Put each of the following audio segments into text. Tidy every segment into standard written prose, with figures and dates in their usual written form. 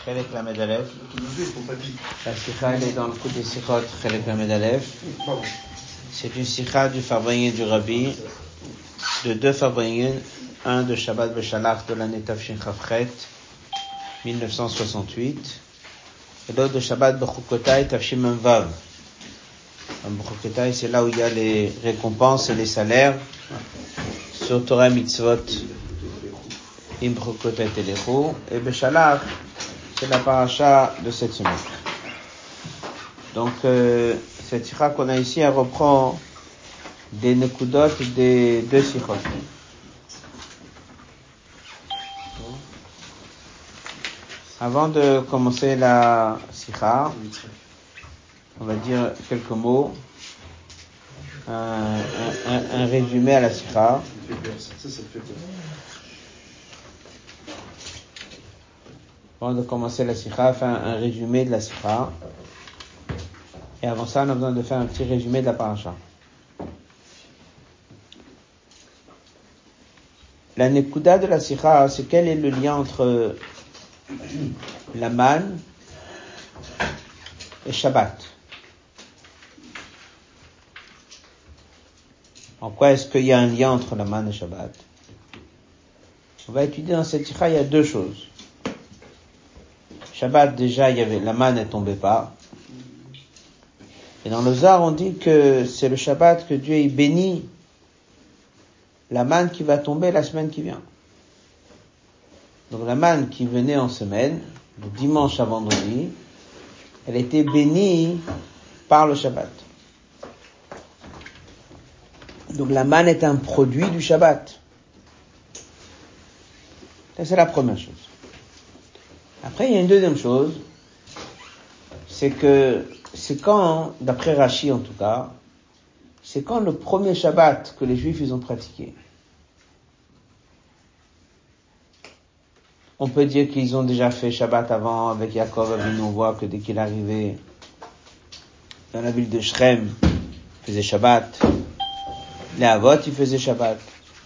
Chelek Lamed Aleph. La sikha elle est dans le coup des sikhot Chelek Lamed Aleph. C'est une sikha du Farbrengen du Rabbi, de deux Farbrengen, un de Shabbat Beshalach de l'année Tafshin Chafret 1968 et l'autre de Shabbat Bechukotai Tafshin Memvav. Bechukotai, c'est là où il y a les récompenses et les salaires sur Torah Mitzvot Im Bechukotai Telechu, et Beshalach c'est la paracha de cette semaine. Donc cette sikha qu'on a ici, elle reprend des nekudot des deux sikhot. Avant de commencer la sikha, on va dire quelques mots, un résumé à la sikha. Avant de commencer la sikha, enfin un résumé de la sikha. Et avant ça, on a besoin de faire un petit résumé de la paracha. La nekuda de la sikha, c'est quel est le lien entre la manne et Shabbat. En quoi est-ce qu'il y a un lien entre la manne et Shabbat? On va étudier dans cette sikha, il y a deux choses. Shabbat, déjà, il y avait, la manne ne tombait pas. Et dans le Zohar, on dit que c'est le Shabbat que Dieu il bénit la manne qui va tomber la semaine qui vient. Donc la manne qui venait en semaine, de dimanche à vendredi, elle était bénie par le Shabbat. Donc la manne est un produit du Shabbat. Ça, c'est la première chose. Après, il y a une deuxième chose, c'est que c'est quand, d'après Rashi en tout cas, c'est quand le premier Shabbat que les Juifs ils ont pratiqué. On peut dire qu'ils ont déjà fait Shabbat avant avec Yaakov Avinu. On voit que dès qu'il arrivait dans la ville de Shrem, il faisait Shabbat. Les Avot, ils faisaient Shabbat.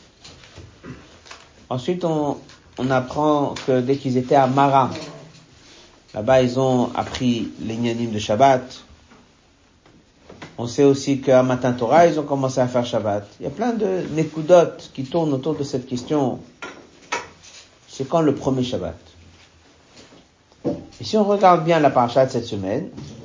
Ensuite, on apprend que dès qu'ils étaient à Mara, là-bas, ils ont appris les Nyanim de Shabbat. On sait aussi qu'à Matan Torah, ils ont commencé à faire Shabbat. Il y a plein de nekudot qui tournent autour de cette question. C'est quand le premier Shabbat? Et si on regarde bien la paracha de cette semaine,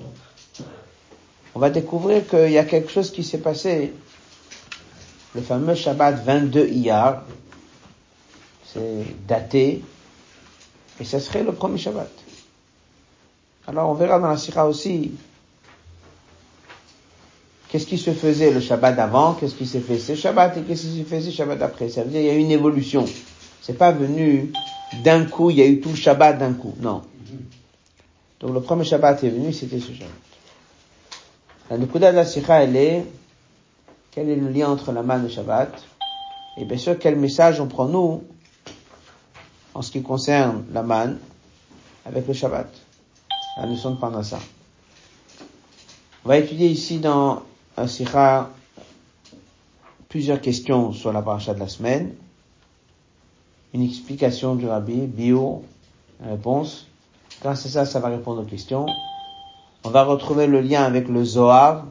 on va découvrir qu'il y a quelque chose qui s'est passé. Le fameux Shabbat 22 Iyar, c'est daté, et ça serait le premier Shabbat. Alors on verra dans la sikha aussi, qu'est-ce qui se faisait le Shabbat d'avant, qu'est-ce qui s'est fait ce Shabbat, et qu'est-ce qui se faisait le Shabbat après. Ça veut dire qu'il y a eu une évolution. C'est pas venu d'un coup, il y a eu tout le Shabbat d'un coup. Non. Donc le premier Shabbat est venu, c'était ce Shabbat. La nekuda de la sikha, elle est, quel est le lien entre la manne et le Shabbat? Et bien sûr, quel message on prend nous, en ce qui concerne la manne, avec le Shabbat. La notion de Parnassa. On va étudier ici dans un sikha plusieurs questions sur la paracha de la semaine. Une explication du Rabbi, bio, une réponse. Grâce à ça, ça va répondre aux questions. On va retrouver le lien avec le Zohar.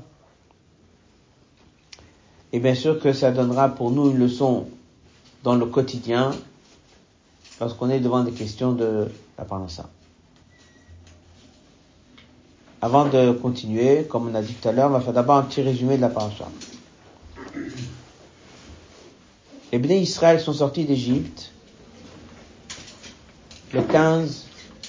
Et bien sûr que ça donnera pour nous une leçon dans le quotidien, lorsqu'on est devant des questions de la Parnassa. Avant de continuer, comme on a dit tout à l'heure, on va faire d'abord un petit résumé de la paracha. Les Bnei Israël sont sortis d'Égypte le 15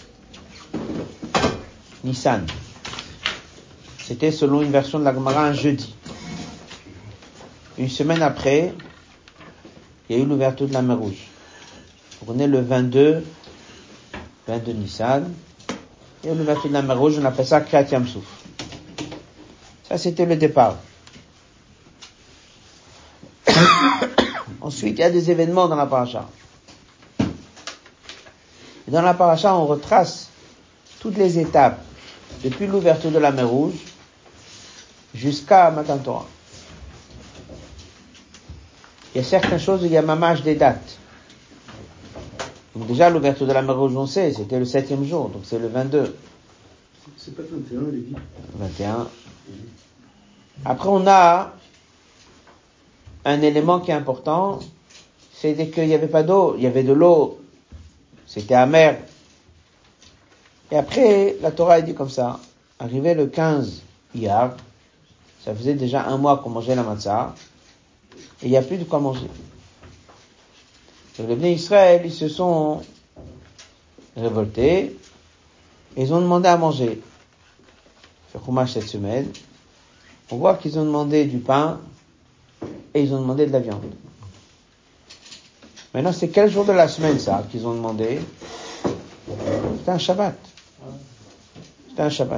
Nissan. C'était selon une version de la Gemara un jeudi. Une semaine après, il y a eu l'ouverture de la mer Rouge. On est le 22 Nissan. Et l'ouverture de la mer Rouge, on appelle ça Kriyat Yam Souf. Ça, c'était le départ. Ensuite, il y a des événements dans la paracha. Et dans la paracha, on retrace toutes les étapes, depuis l'ouverture de la mer Rouge jusqu'à Matan Torah. Il y a certaines choses où il y a mamash des dates. Donc déjà, l'ouverture de la mer Rouge, on sait, c'était le 7e jour, donc c'est le 22. C'est pas le 21, il est dit. 21. Après, on a un élément qui est important, c'est qu'il n'y avait pas d'eau, il y avait de l'eau, c'était amer. Et après, la Torah a dit comme ça, arrivé le 15 Iyar, ça faisait déjà 1 mois qu'on mangeait la matzah, et il n'y a plus de quoi manger. Donc les Bnei Israël, ils se sont révoltés, et ils ont demandé à manger. Fait Chumash cette semaine, on voit qu'ils ont demandé du pain, et ils ont demandé de la viande. Maintenant, c'est quel jour de la semaine, ça, qu'ils ont demandé? C'était un Shabbat. C'était un Shabbat.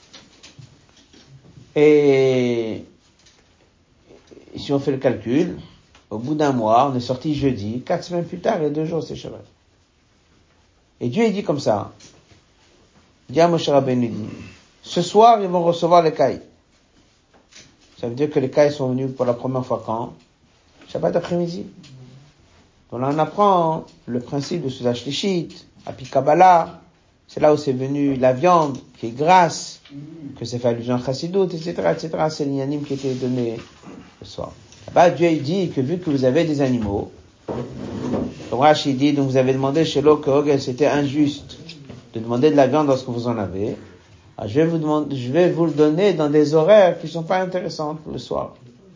Et si on fait le calcul, au bout d'1 mois, on est sorti jeudi, 4 semaines plus tard, et 2 jours, c'est Shabbat. Et Dieu, il dit comme ça. Il dit à Moshe Rabbeinu, il dit, ce soir, ils vont recevoir les cailles. Ça veut dire que les cailles sont venus pour la première fois quand? Shabbat après-midi. Donc là, on apprend le principe de Seudah Shlichit, Api Kabbalah. C'est là où c'est venu la viande, qui est grasse, que c'est fait allusion à Chassidut, etc., etc. C'est l'ignanim qui était donné le soir. Là-bas, Dieu, il dit que vu que vous avez des animaux, comme Rashi dit, donc vous avez demandé chez l'eau que c'était injuste de demander de la viande lorsque vous en avez. Alors, je vais vous le donner dans des horaires qui sont pas intéressants le soir.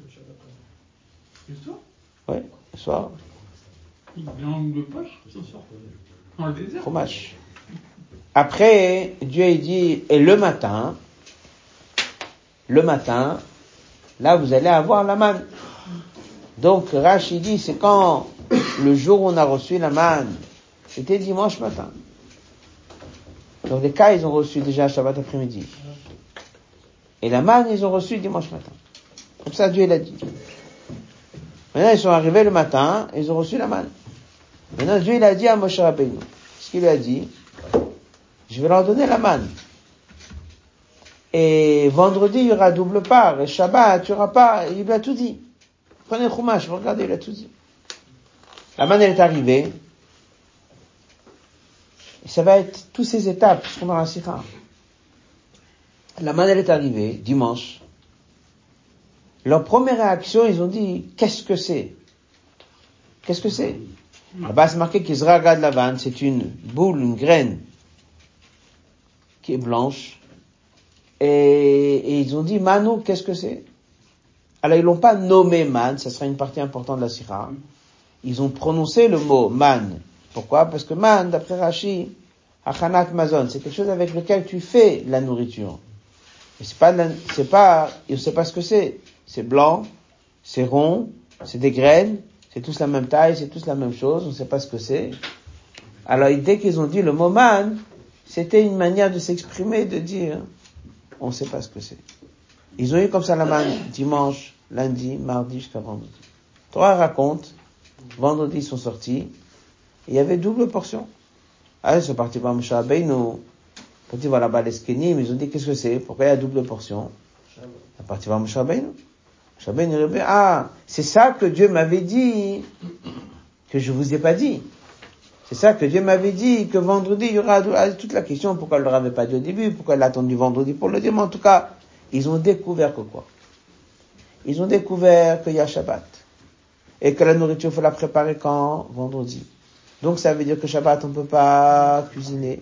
Le soir? Oui, le soir. Une langue de poche, ce soir. Dans le désert. Fromage. Après, Dieu, il dit, et le matin, là, vous allez avoir la manne. Donc, Rashi dit, c'est quand le jour où on a reçu la manne, c'était dimanche matin. Donc, les cas, ils ont reçu déjà Shabbat après-midi. Et la manne, ils ont reçu dimanche matin. Comme ça, Dieu, il a dit. Maintenant, ils sont arrivés le matin, ils ont reçu la manne. Maintenant, Dieu, il a dit à Moshe Rabbeinu, ce qu'il lui a dit, je vais leur donner la manne. Et vendredi, il y aura double part. Et Shabbat, il y aura pas. Il lui a tout dit. Prenez le Chumash, regardez, il a tout dit. La manne, elle est arrivée. Et ça va être toutes ces étapes, ce qu'on dans la Sikha. La manne, elle est arrivée, dimanche. Leur première réaction, ils ont dit, qu'est-ce que c'est? Qu'est-ce que c'est? Là-bas, c'est marqué qu'Isra Gad Lavan, c'est une boule, une graine, qui est blanche. Et ils ont dit, Manou, qu'est-ce que c'est? Alors, ils l'ont pas nommé man, ça sera une partie importante de la Sikha. Ils ont prononcé le mot man. Pourquoi? Parce que man, d'après Rashi, Achanat Mazon, c'est quelque chose avec lequel tu fais la nourriture. Et on sait pas ce que c'est. C'est blanc, c'est rond, c'est des graines, c'est tous la même taille, c'est tous la même chose, on sait pas ce que c'est. Alors, dès qu'ils ont dit le mot man, c'était une manière de s'exprimer, de dire, on sait pas ce que c'est. Ils ont eu comme ça la manne dimanche, lundi, mardi jusqu'à vendredi. Torah raconte, vendredi ils sont sortis, et il y avait double portion. Ah, ils sont partis par Moshe Rabbeinu, ils sont partis voir là-bas les Skenim, ils ont dit qu'est-ce que c'est, pourquoi il y a double portion? Ils sont partis voir Moshe Rabbeinu. Moshe Rabbeinu il dit, ah, c'est ça que Dieu m'avait dit, que je vous ai pas dit. C'est ça que Dieu m'avait dit, que vendredi il y aura toute la question, pourquoi il ne leur avait pas dit au début, pourquoi il a attendu vendredi pour le dire, mais en tout cas, ils ont découvert que quoi? Ils ont découvert qu'il y a Shabbat. Et que la nourriture, il faut la préparer quand? Vendredi. Donc ça veut dire que Shabbat, on ne peut pas cuisiner.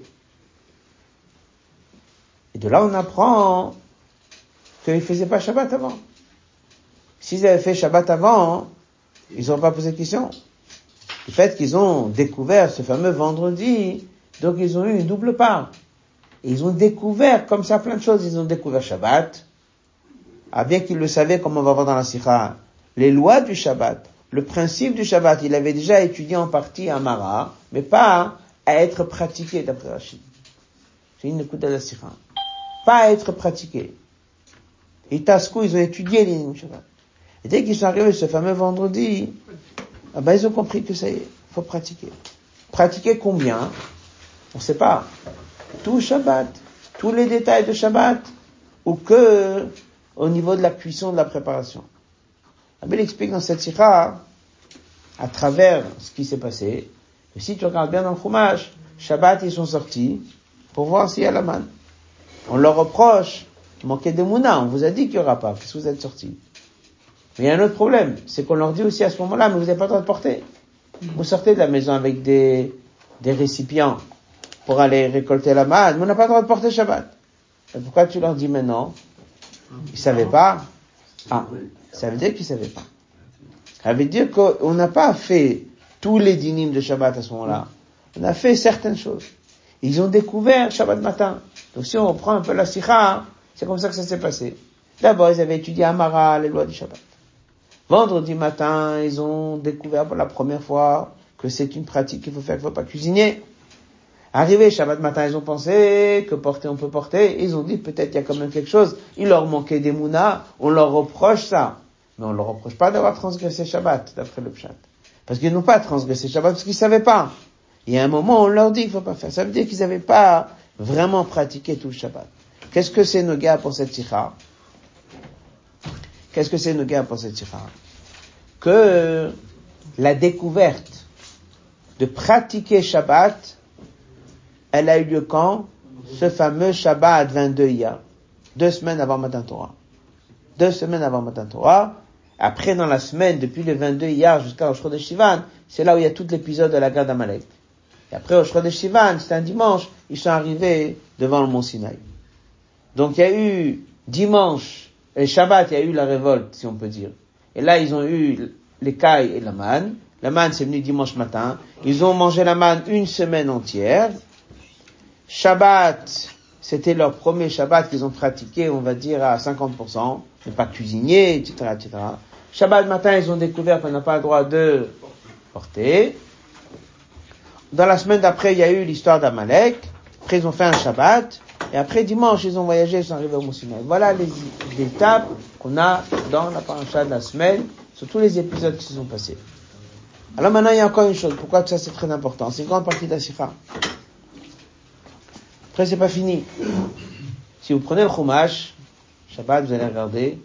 Et de là, on apprend qu'ils ne faisaient pas Shabbat avant. S'ils avaient fait Shabbat avant, ils n'auraient pas posé de question. Le fait qu'ils ont découvert ce fameux vendredi, donc ils ont eu une double part. Et ils ont découvert, comme ça, plein de choses. Ils ont découvert Shabbat. Ah, bien qu'ils le savaient, comme on va voir dans la Sikha, les lois du Shabbat, le principe du Shabbat, il avait déjà étudié en partie à Mara, mais pas à être pratiqué, d'après Rachid. C'est une écoute de la Sikha. Pas à être pratiqué. Et Tasco, ils ont étudié les lignes du Shabbat. Et dès qu'ils sont arrivés ce fameux vendredi, ah ben, ils ont compris que ça y est, faut pratiquer. Pratiquer combien? On sait pas. Tout Shabbat. Tous les détails de Shabbat. Ou que, au niveau de la cuisson, de la préparation. Rabbi explique dans cette sikha, à travers ce qui s'est passé, Mais si tu regardes bien dans le Chumash, Shabbat, ils sont sortis pour voir s'il y a la manne. On leur reproche, manquer de mouna, on vous a dit qu'il n'y aura pas, puisque vous êtes sortis. Mais il y a un autre problème, c'est qu'on leur dit aussi à ce moment-là, mais vous n'avez pas le droit de porter. Vous sortez de la maison avec des récipients pour aller récolter la manne, mais on n'a pas le droit de porter Shabbat. Et pourquoi tu leur dis maintenant? Ils savaient pas. Ah, ça veut dire qu'ils savaient pas. Ça veut dire qu'on n'a pas fait tous les dynimes de Shabbat à ce moment-là. On a fait certaines choses. Ils ont découvert Shabbat matin. Donc si on reprend un peu la sikha, c'est comme ça que ça s'est passé. D'abord, ils avaient étudié Amara, les lois du Shabbat. Vendredi matin, ils ont découvert pour la première fois que c'est une pratique qu'il faut faire, qu'il ne faut pas cuisiner. Arrivé Shabbat matin, ils ont pensé que porter, on peut porter. Ils ont dit peut-être il y a quand même quelque chose. Il leur manquait des mounas, on leur reproche ça. Mais on leur reproche pas d'avoir transgressé Shabbat, d'après le Pshat. Parce qu'ils n'ont pas transgressé Shabbat, parce qu'ils savaient pas. Il y a un moment, on leur dit qu'il faut pas faire. Ça veut dire qu'ils n'avaient pas vraiment pratiqué tout le Shabbat. Qu'est-ce que c'est Noga pour cette sikha? Qu'est-ce que c'est Noga pour cette sikha? Que la découverte de pratiquer Shabbat, elle a eu lieu quand? Ce fameux Shabbat 22 Iyar. 2 semaines avant Matan Torah. 2 semaines avant Matan Torah. Après, dans la semaine, depuis le 22 Iyar jusqu'à Rosh Chodesh Sivan, c'est là où il y a tout l'épisode de la guerre d'Amalek. Et après Rosh Chodesh Sivan, c'était un dimanche, ils sont arrivés devant le mont Sinaï. Donc il y a eu dimanche, et Shabbat, il y a eu la révolte, si on peut dire. Et là, ils ont eu les cailles et la manne. La manne, c'est venu dimanche matin. Ils ont mangé la manne une semaine entière. Shabbat, c'était leur premier Shabbat qu'ils ont pratiqué, on va dire, à 50%. Ne pas cuisiner, etc., etc. Shabbat matin, ils ont découvert qu'on n'a pas le droit de porter. Dans la semaine d'après, il y a eu l'histoire d'Amalek. Après, ils ont fait un Shabbat. Et après, dimanche, ils ont voyagé, ils sont arrivés au Mont Sinaï. Voilà les étapes qu'on a dans la paracha de la semaine, sur tous les épisodes qui se sont passés. Alors maintenant, il y a encore une chose. Pourquoi tout ça, c'est très important? C'est une grande partie de la sikha. Après, c'est pas fini. Si vous prenez le Chumash, Shabbat, vous allez regarder,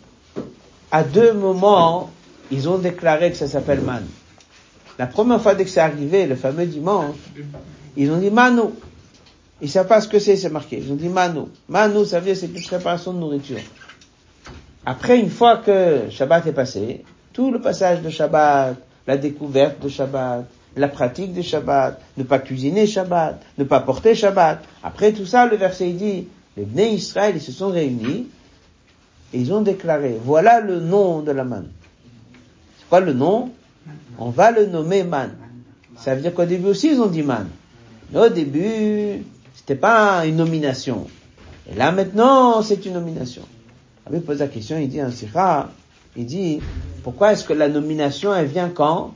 à 2 moments, ils ont déclaré que ça s'appelle man. La première fois dès que c'est arrivé, le fameux dimanche, ils ont dit Manu. Ils savent pas ce que c'est marqué. Ils ont dit Manu. Manu, ça veut dire c'est une préparation de nourriture. Après, une fois que Shabbat est passé, tout le passage de Shabbat, la découverte de Shabbat, la pratique de Shabbat, ne pas cuisiner Shabbat, ne pas porter Shabbat. Après tout ça, le verset dit, les Bnei Israël, ils se sont réunis, et ils ont déclaré, voilà le nom de la manne. C'est quoi le nom? On va le nommer man. Ça veut dire qu'au début aussi, ils ont dit man. Mais au début, c'était pas une nomination. Et là, maintenant, c'est une nomination. Il pose la question, il dit, un sikha, il dit, pourquoi est-ce que la nomination, elle vient quand?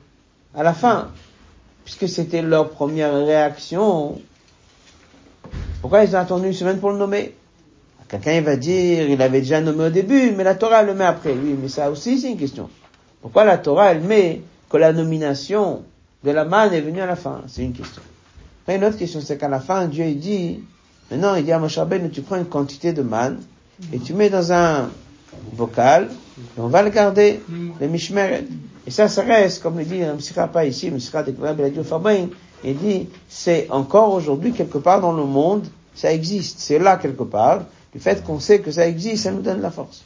À la fin. Puisque c'était leur première réaction. Pourquoi ils ont attendu une semaine pour le nommer? Quelqu'un, il va dire, il avait déjà nommé au début, mais la Torah le met après. Oui, mais ça aussi, c'est une question. Pourquoi la Torah, elle met que la nomination de la manne est venue à la fin? C'est une question. Après, une autre question, c'est qu'à la fin, Dieu, il dit, maintenant, il dit à Moshe Rabbeinu, tu prends une quantité de manne, et tu mets dans un bocal, et on va le garder, le mishmeret. Et ça reste, comme le dit un Sikha pas ici, mais Sikha de Rabbi Eladiah Farbain, il dit, c'est encore aujourd'hui, quelque part dans le monde, ça existe. C'est là, quelque part. Le fait qu'on sait que ça existe, ça nous donne la force.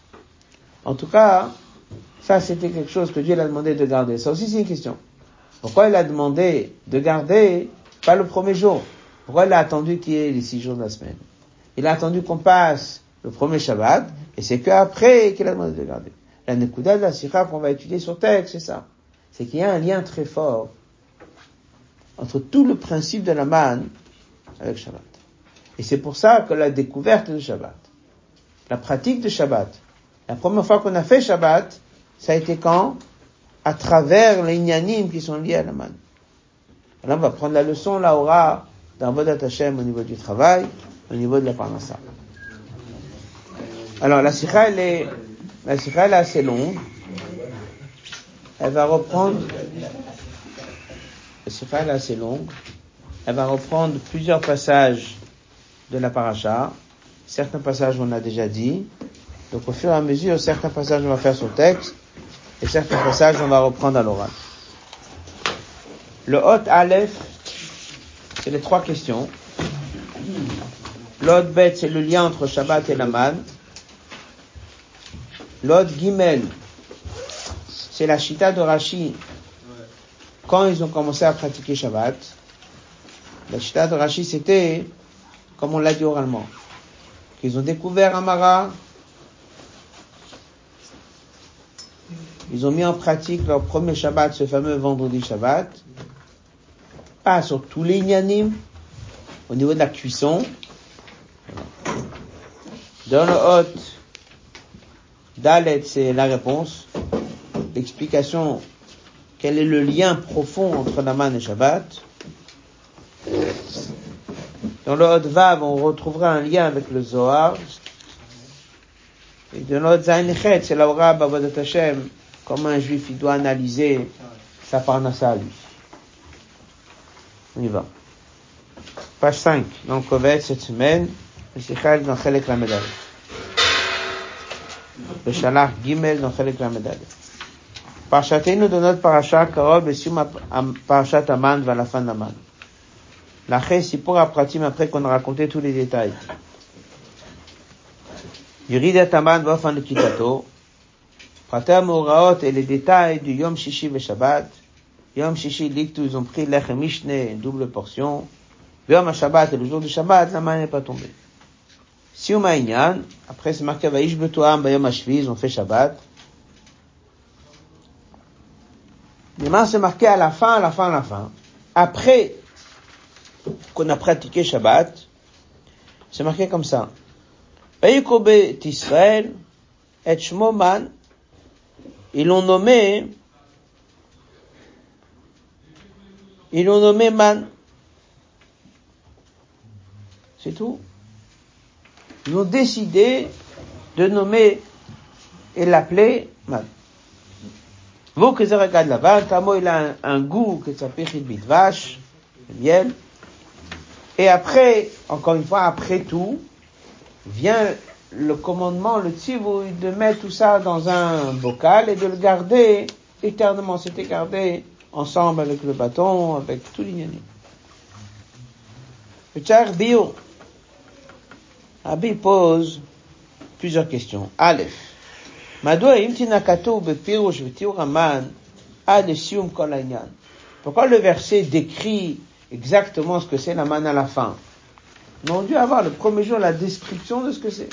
En tout cas, ça, c'était quelque chose que Dieu l'a demandé de garder. Ça aussi, c'est une question. Pourquoi il a demandé de garder pas le premier jour? Pourquoi il a attendu qu'il y ait les 6 jours de la semaine? Il a attendu qu'on passe le premier Shabbat, et c'est qu'après qu'il a demandé de garder. La Nekuda de la Sikha qu'on va étudier sur texte, c'est ça. C'est qu'il y a un lien très fort entre tout le principe de la manne avec Shabbat. Et c'est pour ça que la découverte de Shabbat, la pratique de Shabbat, la première fois qu'on a fait Shabbat, ça a été quand? À travers les inyanim qui sont liés à la manne. Là, on va prendre la leçon, là, aura dans Vodat Hashem au niveau du travail, au niveau de la parnassa. Alors, la sikha, elle est assez longue. Elle va reprendre, la sikha, elle est assez longue. Elle va reprendre plusieurs passages de la paracha. Certains passages, on a déjà dit. Donc, au fur et à mesure, certains passages, on va faire sur le texte. Et certains passages, on va reprendre à l'oral. Le Hot Aleph, c'est les 3 questions. Le Hot Bet, c'est le lien entre Shabbat et la manne. Le Hot Gimel, c'est la Shita de Rashi. Quand ils ont commencé à pratiquer Shabbat, la Shita de Rashi, c'était, comme on l'a dit oralement, qu'ils ont découvert Amara, ils ont mis en pratique leur premier Shabbat, ce fameux vendredi Shabbat, pas sur tous les inyanim, au niveau de la cuisson. Dans le Hot Dalet, c'est la réponse, l'explication, quel est le lien profond entre la manne et Shabbat. Dans le Hot Vav, on retrouvera un lien avec le Zohar. Et dans le Hot Zayin Chet, c'est la Ora B'Avodat Hashem, comment un juif il doit analyser sa parnassa à lui. On y va. Page 5, dans le Kovet, cette semaine, le Sichel dans Chelek la Medal. Le Shalach Gimel dans Chelek la Medal. Parchatenu de notre parasha, Karol, Besium Parashat Aman, va la fin d'Aman. L'aché, si pour Apratim, après qu'on a raconté tous les détails. Yuridat Aman, va fin de Kitato. Pratam Oraot et les détails du Yom Shishi ve Shabbat. Yom Shishi, Liktu, ils ont pris l'Echem Mishneh, une double portion. Yom Shabbat et le jour du Shabbat, la main n'est pas tombée. Sium Aïnyan, après c'est marqué Vaïsh Betoam, Bayom Hashvi, ils ont fait Shabbat. Mais c'est marqué à la fin. Après qu'on a pratiqué Shabbat, c'est marqué comme ça. Vayikobe Tisraël, et Shmo Man, ils l'ont nommé Man. C'est tout. Ils ont décidé de nommer et l'appeler Man. Vous que ça regarde là-bas, Tamo il a un goût que ça périt bitvache, le miel. Et après, encore une fois, après tout, vient le commandement, le tzivouï, de mettre tout ça dans un bocal et de le garder éternellement. C'était gardé ensemble avec le bâton, avec tout l'inyanim. Le Tchar Bio, Abi pose plusieurs questions. Aleph. Pourquoi le verset décrit exactement ce que c'est la manne à la fin? Mais on doit avoir le premier jour la description de ce que c'est.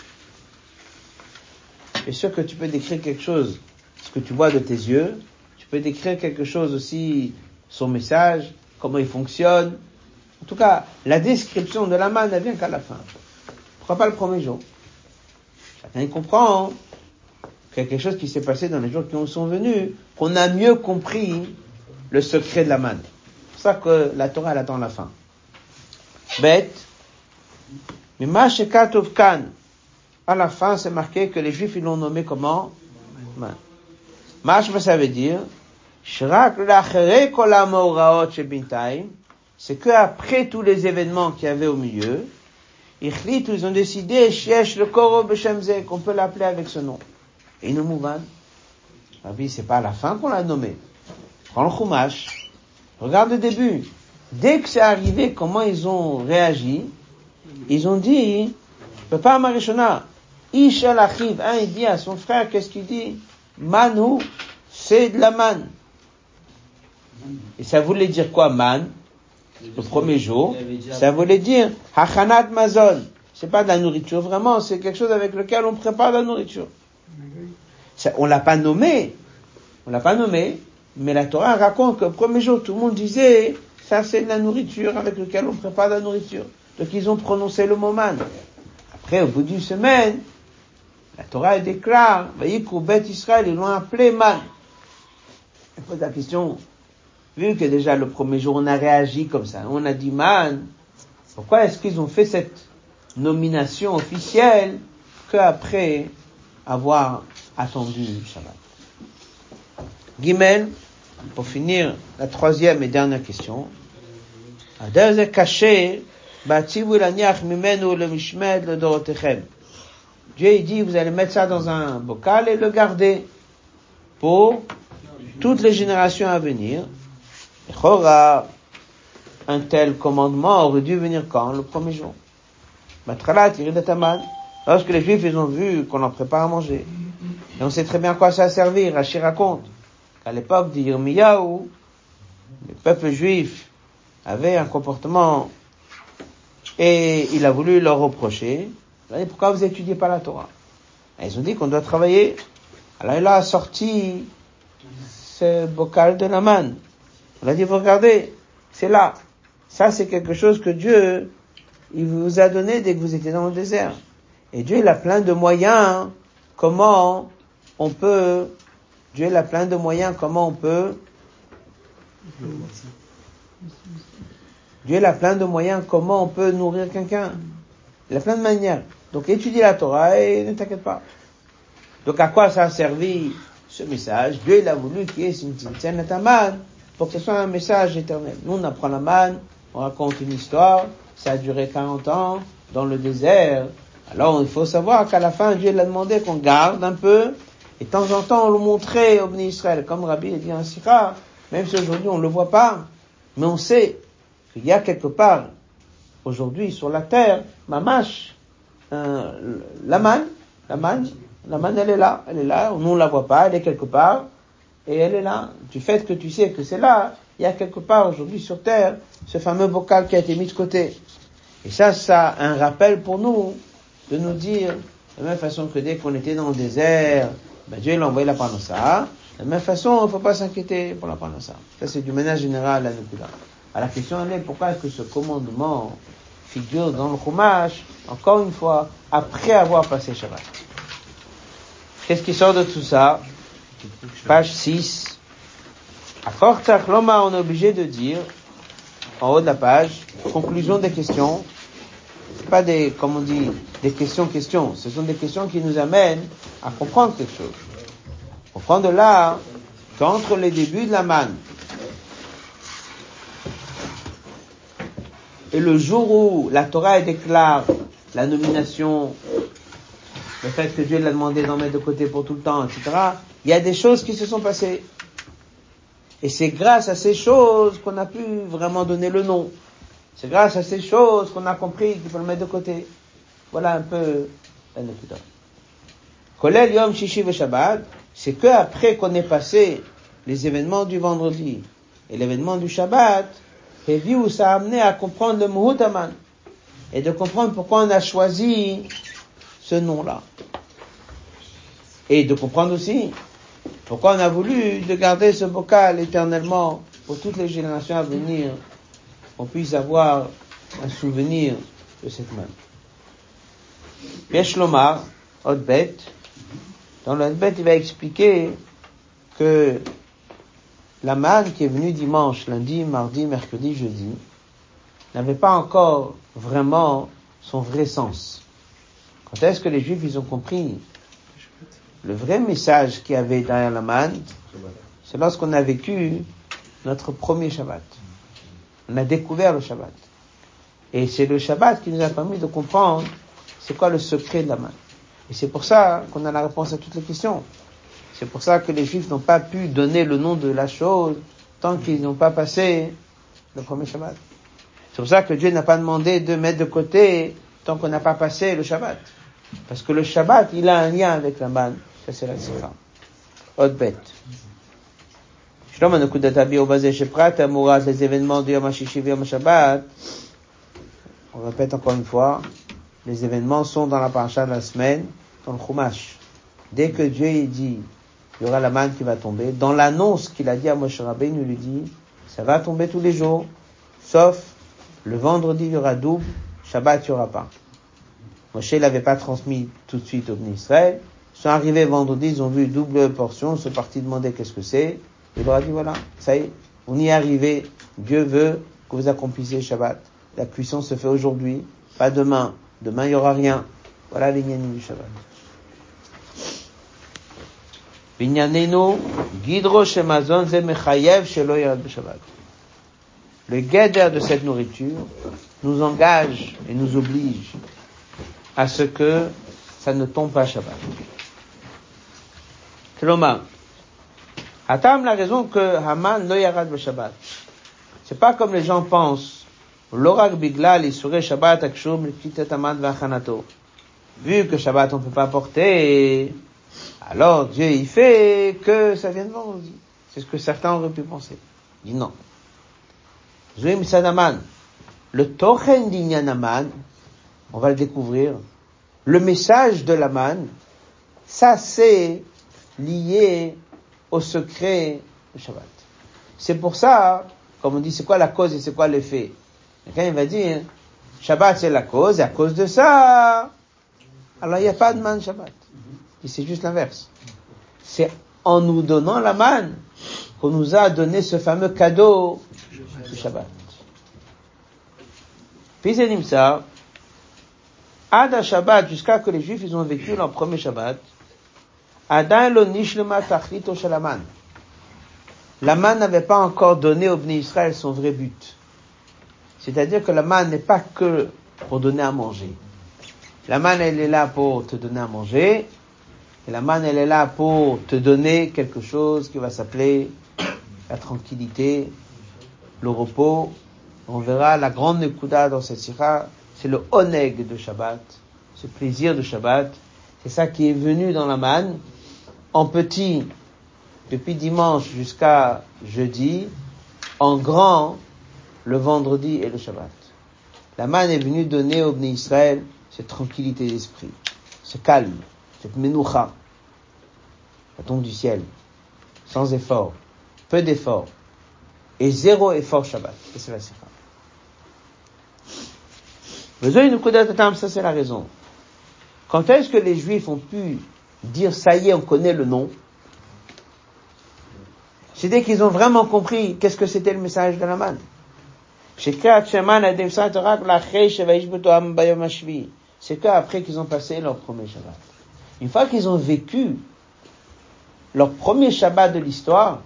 Et sûr que tu peux décrire quelque chose, ce que tu vois de tes yeux, tu peux décrire quelque chose aussi, son message, comment il fonctionne. En tout cas, la description de la manne ne vient qu'à la fin. Pourquoi pas le premier jour? Chacun y comprend quelque chose qui s'est passé dans les jours qui sont venus, qu'on a mieux compris le secret de la manne. C'est pour ça que la Torah elle attend la fin. Bête. Mais Mashekatov Kan, à la fin, c'est marqué que les Juifs ils l'ont nommé comment? Man. Mash, ça veut dire Shrak lachere kol hamoraot shebintaim, c'est que après tous les événements qu'il y avait au milieu, ils ont décidé Shesh le koro b'shem zeh, qu'on peut l'appeler avec ce nom. Et nous mouvan. Rabbi, c'est pas à la fin qu'on l'a nommé. Prends le Chumash. Regarde le début. Dès que c'est arrivé, comment ils ont réagi? Ils ont dit, Papa Marishona, Isha l'achiv, il dit à son frère, qu'est-ce qu'il dit? Manu, c'est de la manne. Et ça voulait dire quoi, man? Le premier jour. Ça voulait dire, Hachanat mazon. C'est pas de la nourriture, vraiment, c'est quelque chose avec lequel on prépare la nourriture. Ça, on l'a pas nommé, mais la Torah raconte que le premier jour, tout le monde disait, ça c'est de la nourriture avec laquelle on prépare la nourriture. Donc ils ont prononcé le mot man. Après, au bout d'une semaine, la Torah déclare, Vayikou Bet Israël, ils l'ont appelé man. On pose la question, vu que déjà le premier jour on a réagi comme ça, on a dit man, pourquoi est-ce qu'ils ont fait cette nomination officielle qu'après avoir attendu Shabbat? Gimel, pour finir, la troisième et dernière question. Dieu dit, vous allez mettre ça dans un bocal et le garder pour toutes les générations à venir. Et Chora, un tel commandement aurait dû venir quand? Le premier jour. Matrala Yeridat Haman. Lorsque les Juifs, ils ont vu qu'on en prépare à manger. Et on sait très bien à quoi ça va servir. Rachi raconte qu'à l'époque d'Yirmiyahu, le peuple juif avait un comportement et il a voulu leur reprocher. Il a dit, pourquoi vous étudiez pas la Torah? Et ils ont dit qu'on doit travailler. Alors il a sorti ce bocal de la manne. On a dit, vous regardez, c'est là. Ça, c'est quelque chose que Dieu, il vous a donné dès que vous étiez dans le désert. Et Dieu, il a plein de moyens, comment on peut nourrir quelqu'un. Il a plein de manières. Donc étudie la Torah et ne t'inquiète pas. Donc à quoi ça a servi ce message? Dieu, il a voulu qu'il y ait une manne pour que ce soit un message éternel. Nous, on apprend la manne, on raconte une histoire, ça a duré 40 ans dans le désert. Alors il faut savoir qu'à la fin, Dieu l'a demandé qu'on garde un peu, et de temps en temps on le montrait au Bnei Israël, comme Rabbi a dit en Sira, même si aujourd'hui on ne le voit pas, mais on sait qu'il y a quelque part, aujourd'hui sur la terre, Mamash, la manne, elle est là, nous on la voit pas, elle est quelque part, et elle est là. Du fait que tu sais que c'est là, il y a quelque part aujourd'hui sur terre, ce fameux bocal qui a été mis de côté. Et ça a un rappel pour nous, de nous dire, de la même façon que dès qu'on était dans le désert, Dieu il a envoyé la parnassa. De la même façon, il ne faut pas s'inquiéter pour la parnassa. Ça c'est du ménage général à Nekuda. À la question elle est, pourquoi est-ce que ce commandement figure dans le Chumash, encore une fois, après avoir passé Shabbat? Qu'est-ce qui sort de tout ça? Page 6. À Kortzach Loma, on est obligé de dire, en haut de la page, conclusion des questions. C'est pas des questions. Ce sont des questions qui nous amènent à comprendre quelque chose. Comprendre là qu'entre les débuts de la manne et le jour où la Torah déclare la nomination, le fait que Dieu l'a demandé d'en mettre de côté pour tout le temps, etc., il y a des choses qui se sont passées. Et c'est grâce à ces choses qu'on a pu vraiment donner le nom. C'est grâce à ces choses qu'on a compris qu'il faut le mettre de côté. Voilà un peu la Nekuda. Kolel Yom Shishi ve Shabbat, c'est que après qu'on ait passé les événements du vendredi et l'événement du Shabbat, et où ça a amené à comprendre le Muhut Haman et de comprendre pourquoi on a choisi ce nom-là. Et de comprendre aussi pourquoi on a voulu de garder ce bocal éternellement pour toutes les générations à venir, qu'on puisse avoir un souvenir de cette manne. Yesh Lomar, Hotbet, dans le Hotbet, il va expliquer que la manne qui est venue dimanche, lundi, mardi, mercredi, jeudi, n'avait pas encore vraiment son vrai sens. Quand est-ce que les Juifs, ils ont compris le vrai message qu'il y avait derrière la manne? C'est lorsqu'on a vécu notre premier Shabbat. On a découvert le Shabbat. Et c'est le Shabbat qui nous a permis de comprendre c'est quoi le secret de la manne. Et c'est pour ça qu'on a la réponse à toutes les questions. C'est pour ça que les Juifs n'ont pas pu donner le nom de la chose tant qu'ils n'ont pas passé le premier Shabbat. C'est pour ça que Dieu n'a pas demandé de mettre de côté tant qu'on n'a pas passé le Shabbat. Parce que le Shabbat, il a un lien avec la manne. Ça, c'est la sikha. Autre bête. Shlom Nekudat Abi Obazé Sheprat Amurat, les événements du Yom HaShishi et Yom HaShabbat. On répète encore une fois, les événements sont dans la paracha de la semaine, dans le Chumash. Dès que Dieu il dit, il y aura la manne qui va tomber, dans l'annonce qu'il a dit à Moshe Rabbeinu, il lui dit, ça va tomber tous les jours, sauf le vendredi il y aura double, Shabbat il y aura pas. Moshe l'avait pas transmis tout de suite au Bnei Israël. Ils sont arrivés vendredi, ils ont vu double portion, ils sont partis demander qu'est-ce que c'est. Il leur a dit voilà, ça y est, on y est arrivé. Dieu veut que vous accomplissiez Shabbat. La cuisson se fait aujourd'hui, pas demain. Demain il y aura rien. Voilà les gnanim du Shabbat. Binyanenu gidro shemazon ze mechayev shelo yirad b'Shabbat. Le guéder de cette nourriture nous engage et nous oblige à ce que ça ne tombe pas Shabbat. Kelomar, Hatam, la raison que Haman lo yarad b'Shabbat, C'est pas comme les gens pensent. L'orak biglal isurei Shabbat akshum l'klitat aman v'achanato. Vu que Shabbat on peut pas porter, alors Dieu il fait que ça vient de vendredi. C'est ce que certains auraient pu penser. Il dit non. Zuim Sadaman. Le Tochen d'Inyan Aman, on va le découvrir. Le message de l'Aman, ça c'est lié au secret de Shabbat. C'est pour ça, comme on dit, c'est quoi la cause et c'est quoi l'effet? Quelqu'un il va dire, Shabbat c'est la cause et à cause de ça, alors il n'y a pas de man Shabbat. Et c'est juste l'inverse. C'est en nous donnant la manne qu'on nous a donné ce fameux cadeau du Shabbat. Puis c'est dit ça, Ad Shabbat, jusqu'à que les Juifs ils ont vécu leur premier Shabbat, Adan lo nishlema tachlito shel haman. La manne n'avait pas encore donné au Bnei Israël son vrai but. C'est-à-dire que la manne n'est pas que pour donner à manger. La manne, elle est là pour te donner à manger. Et la manne, elle est là pour te donner quelque chose qui va s'appeler la tranquillité, le repos. On verra la grande nekuda dans cette sikha, c'est le oneg de Shabbat, ce plaisir de Shabbat. C'est ça qui est venu dans la manne, en petit, depuis dimanche jusqu'à jeudi, en grand, le vendredi et le Shabbat. La manne est venue donner au Bnei Israël cette tranquillité d'esprit, ce calme, cette menoucha. Ça tombe du ciel, sans effort, peu d'effort, et zéro effort Shabbat. Et c'est la sikha. Ça c'est la raison. Quand est-ce que les Juifs ont pu dire ça y est, on connaît le nom? C'est dès qu'ils ont vraiment compris qu'est-ce que c'était le message de la manne. C'est qu'après qu'ils ont passé leur premier Shabbat. Une fois qu'ils ont vécu leur premier Shabbat de l'histoire,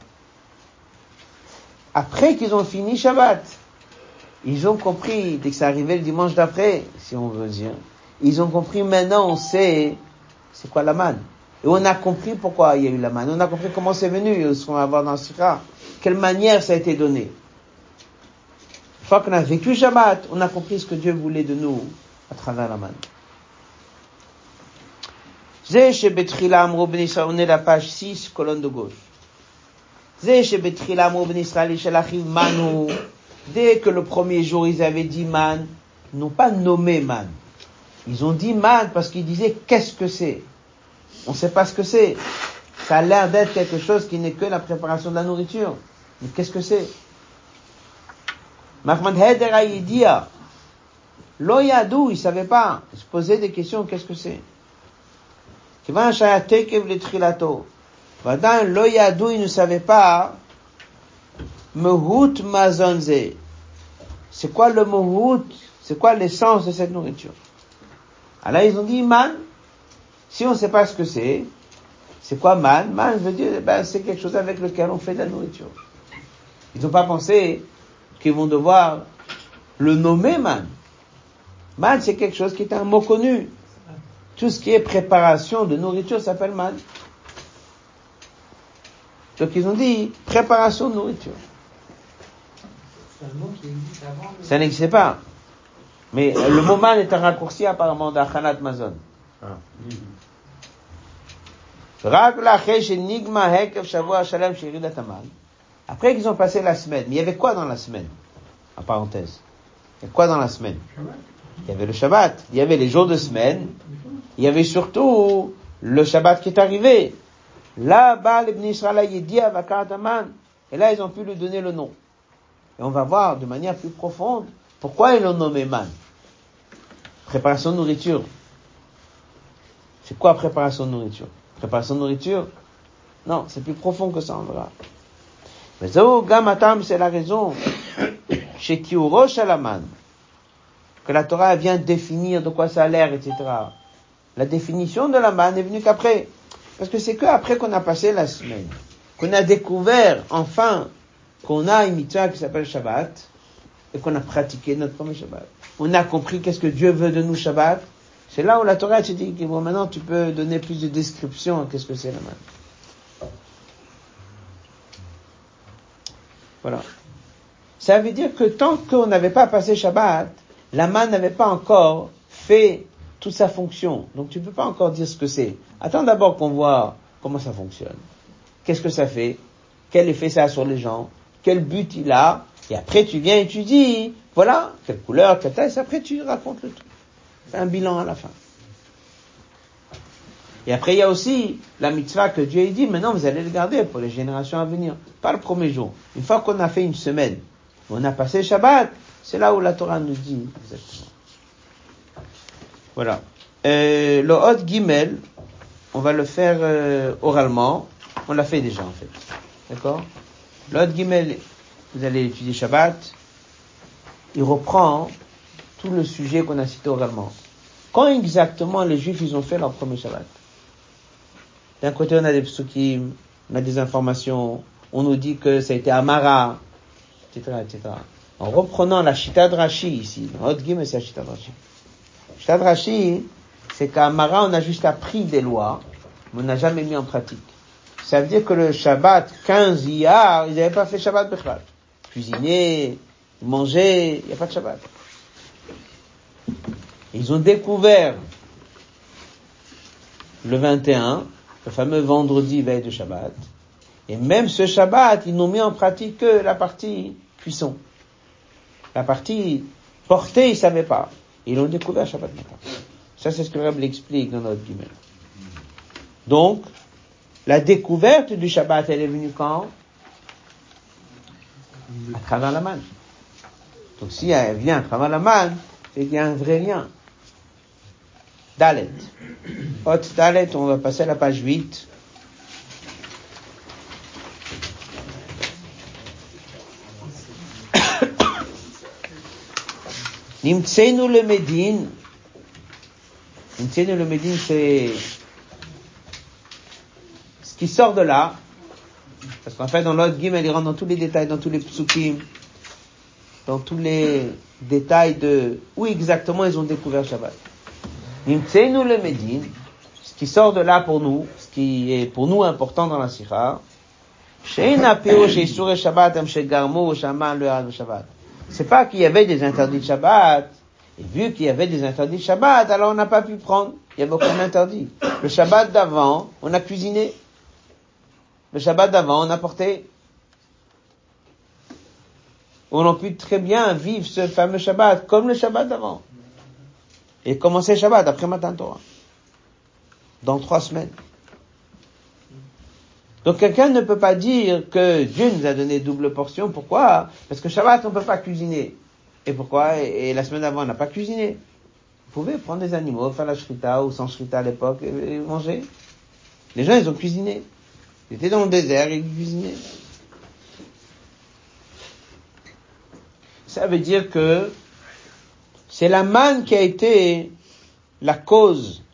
après qu'ils ont fini Shabbat, ils ont compris, dès que c'est arrivé le dimanche d'après, si on veut dire, ils ont compris maintenant, on sait c'est quoi la manne. Et on a compris pourquoi il y a eu la manne. On a compris comment c'est venu, ce qu'on va voir dans le Sikha. Quelle manière ça a été donné. Une fois qu'on a vécu Shabbat, on a compris ce que Dieu voulait de nous à travers la manne. On est la page 6, colonne de gauche. Dès que le premier jour ils avaient dit man, ils n'ont pas nommé man. Ils ont dit man parce qu'ils disaient qu'est-ce que c'est? On ne sait pas ce que c'est. Ça a l'air d'être quelque chose qui n'est que la préparation de la nourriture. Mais qu'est-ce que c'est? Mahmoud Heder Aïdia. Lo yadou, ils ne savaient pas. Ils se posaient des questions, qu'est-ce que c'est? Kivan shayatekev le trilato. Vadan lo yadou, ils ne savaient pas. Mehut mazonze. C'est quoi le mehut? C'est quoi l'essence de cette nourriture? Alors ils ont dit man. Si on ne sait pas ce que c'est quoi man? Man veut dire, c'est quelque chose avec lequel on fait de la nourriture. Ils n'ont pas pensé qu'ils vont devoir le nommer man. Man, c'est quelque chose qui est un mot connu. Tout ce qui est préparation de nourriture s'appelle man. Donc ils ont dit préparation de nourriture. C'est un mot qui existe avant. Ça n'existait pas. Mais le mot man est un raccourci apparemment d'Achanat Mazon. Après qu'ils ont passé la semaine, mais il y avait quoi dans la semaine? En parenthèse. Il y avait quoi dans la semaine? Il y avait le Shabbat, il y avait les jours de semaine, il y avait surtout le Shabbat qui est arrivé. Là-bas, les Bnei Israël dit Avakataman, et là ils ont pu lui donner le nom. Et on va voir de manière plus profonde pourquoi ils l'ont nommé man. Préparation de nourriture. C'est quoi préparation de nourriture? Préparation de nourriture? Non, c'est plus profond que ça, on verra. Mais Gamatam, c'est la raison chez Kiurosh Alaman que la Torah vient définir de quoi ça a l'air, etc. La définition de la manne est venue qu'après. Parce que c'est qu'après qu'on a passé la semaine, qu'on a découvert enfin qu'on a une mitzvah qui s'appelle Shabbat, et qu'on a pratiqué notre premier Shabbat. On a compris qu'est-ce que Dieu veut de nous Shabbat. C'est là où la Torah te dit que bon, maintenant tu peux donner plus de description à qu'est-ce que c'est la manne. Voilà. Ça veut dire que tant qu'on n'avait pas passé Shabbat, la manne n'avait pas encore fait toute sa fonction. Donc tu peux pas encore dire ce que c'est. Attends d'abord qu'on voit comment ça fonctionne. Qu'est-ce que ça fait? Quel effet ça a sur les gens? Quel but il a? Et après tu viens et tu dis, voilà, quelle couleur, quelle taille, après tu racontes le tout. Fais un bilan à la fin. Et après il y a aussi la mitzvah que Dieu a dit, maintenant vous allez le garder pour les générations à venir. Pas le premier jour. Une fois qu'on a fait une semaine, on a passé Shabbat, c'est là où la Torah nous dit exactement. Voilà. Le Hod Gimel, on va le faire oralement. On l'a fait déjà en fait. D'accord? Le Hod Gimel, vous allez étudier Shabbat. Il reprend tout le sujet qu'on a cité oralement. Quand exactement les Juifs ils ont fait leur premier Shabbat? D'un côté on a des psukim, on a des informations, on nous dit que ça a été Amara, etc., etc. En reprenant la Shita de Rashi ici, le Hod Gimel c'est la Shita de Rashi. Shita de Rashi, c'est qu'à Amara on a juste appris des lois, mais on n'a jamais mis en pratique. Ça veut dire que le Shabbat 15 Iyar, ils n'avaient pas fait Shabbat Bechlal. Cuisiner, manger, il n'y a pas de Shabbat. Ils ont découvert le 21, le fameux vendredi veille de Shabbat, et même ce Shabbat, ils n'ont mis en pratique que la partie cuisson. La partie portée, ils ne savaient pas. Ils l'ont découvert Shabbat matin. Ça, c'est ce que le Rebbe l'explique dans notre Gimel. Donc, la découverte du Shabbat, elle est venue quand? À travers la manne. Donc, si elle vient à travers la manne, c'est qu'il y a un vrai lien. Dalet. Hot Dalet, on va passer à la page 8. Nimtsenu le Medin. Nimtsenu le Medin, c'est ce qui sort de là. Parce qu'en fait, dans l'autre Gimel, il rentre dans tous les détails, dans tous les psukim, dans tous les détails de où exactement ils ont découvert Shabbat. Nimtsenu le Medin, ce qui sort de là pour nous, ce qui est pour nous important dans la Sikha, Sheina Peo Sheisure Shabbat Am Shegarmo Shaman le Had Shabbat. C'est pas qu'il y avait des interdits de Shabbat, et vu qu'il y avait des interdits de Shabbat, alors on n'a pas pu prendre. Il y avait aucun interdit. Le Shabbat d'avant, on a cuisiné. Le Shabbat d'avant, on a porté. On a pu très bien vivre ce fameux Shabbat comme le Shabbat d'avant. Et commencer le Shabbat après Matan Torah. Dans 3 semaines. Donc quelqu'un ne peut pas dire que Dieu nous a donné double portion. Pourquoi? Parce que Shabbat, on ne peut pas cuisiner. Et pourquoi? Et la semaine d'avant, on n'a pas cuisiné. Vous pouvez prendre des animaux, faire la shrita ou sans shrita à l'époque et manger. Les gens, ils ont cuisiné. Ils étaient dans le désert, ils cuisinaient. Ça veut dire que c'est la manne qui a été la cause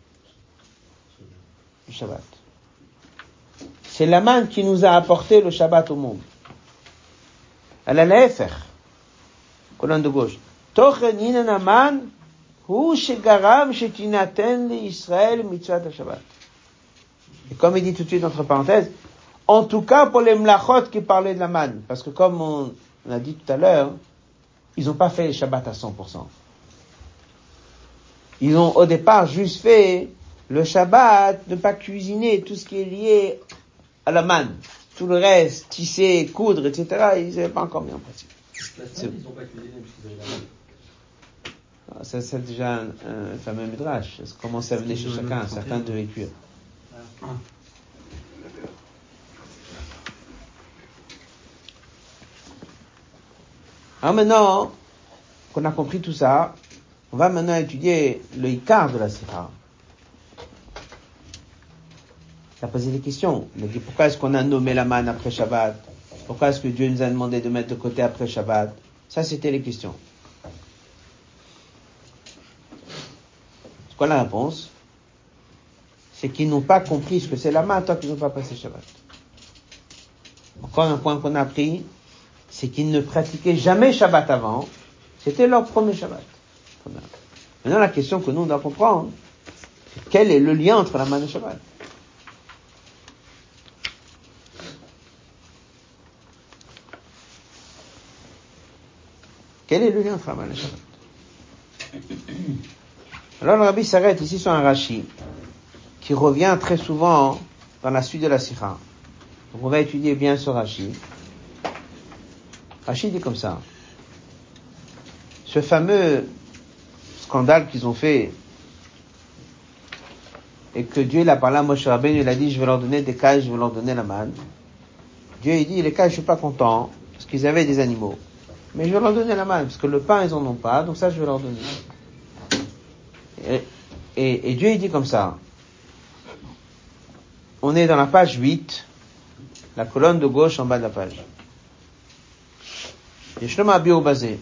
du Shabbat. C'est la manne qui nous a apporté le Shabbat au monde. Elle a l'Efer. Colonne de gauche. Tochen inan aman hu shegaram shetinaten li Israël mitzvat ha-Shabbat. Et comme il dit tout de suite entre parenthèses, en tout cas pour les mlachot qui parlaient de la manne, parce que comme on a dit tout à l'heure, ils n'ont pas fait le Shabbat à 100%. Ils ont au départ juste fait le Shabbat, ne pas cuisiner, tout ce qui est lié à la manne. Tout le reste, tisser, coudre, etc., ils n'avaient pas encore mis en pratique. La semaine, ils n'ont pas cuisiné puisqu'ils avaient la manne. Ça, c'est déjà un fameux midrash. Comment ça venait chez chacun, certains devaient cuire. Alors maintenant qu'on a compris tout ça, on va maintenant étudier le Ikar de la Sikha. Il a posé des questions. Il a dit pourquoi est-ce qu'on a nommé la manne après Shabbat? Pourquoi est-ce que Dieu nous a demandé de mettre de côté après Shabbat? Ça, c'était les questions. C'est quoi la réponse? C'est qu'ils n'ont pas compris ce que c'est la manne tant qu'ils n'ont pas passé Shabbat. Encore un point qu'on a appris, c'est qu'ils ne pratiquaient jamais Shabbat avant. C'était leur premier Shabbat. Maintenant, la question que nous, on doit comprendre, c'est quel est le lien entre la manne et Shabbat? Quel est le lien entre la manne et le Shabbat? Alors le Rabbi s'arrête ici sur un Rashi qui revient très souvent dans la suite de la Sikha. Donc on va étudier bien ce Rashi. Rashi dit comme ça. Ce fameux scandale qu'ils ont fait et que Dieu il a parlé à Moshe Rabbeinu, il a dit je vais leur donner des cailles, je vais leur donner la manne. Dieu il dit les cailles je suis pas content parce qu'ils avaient des animaux. Mais je vais leur donner la manne parce que le pain ils en ont pas, donc ça je vais leur donner. Et Dieu il dit comme ça. On est dans la page 8, la colonne de gauche en bas de la page. Yeshlom Abio Bazé.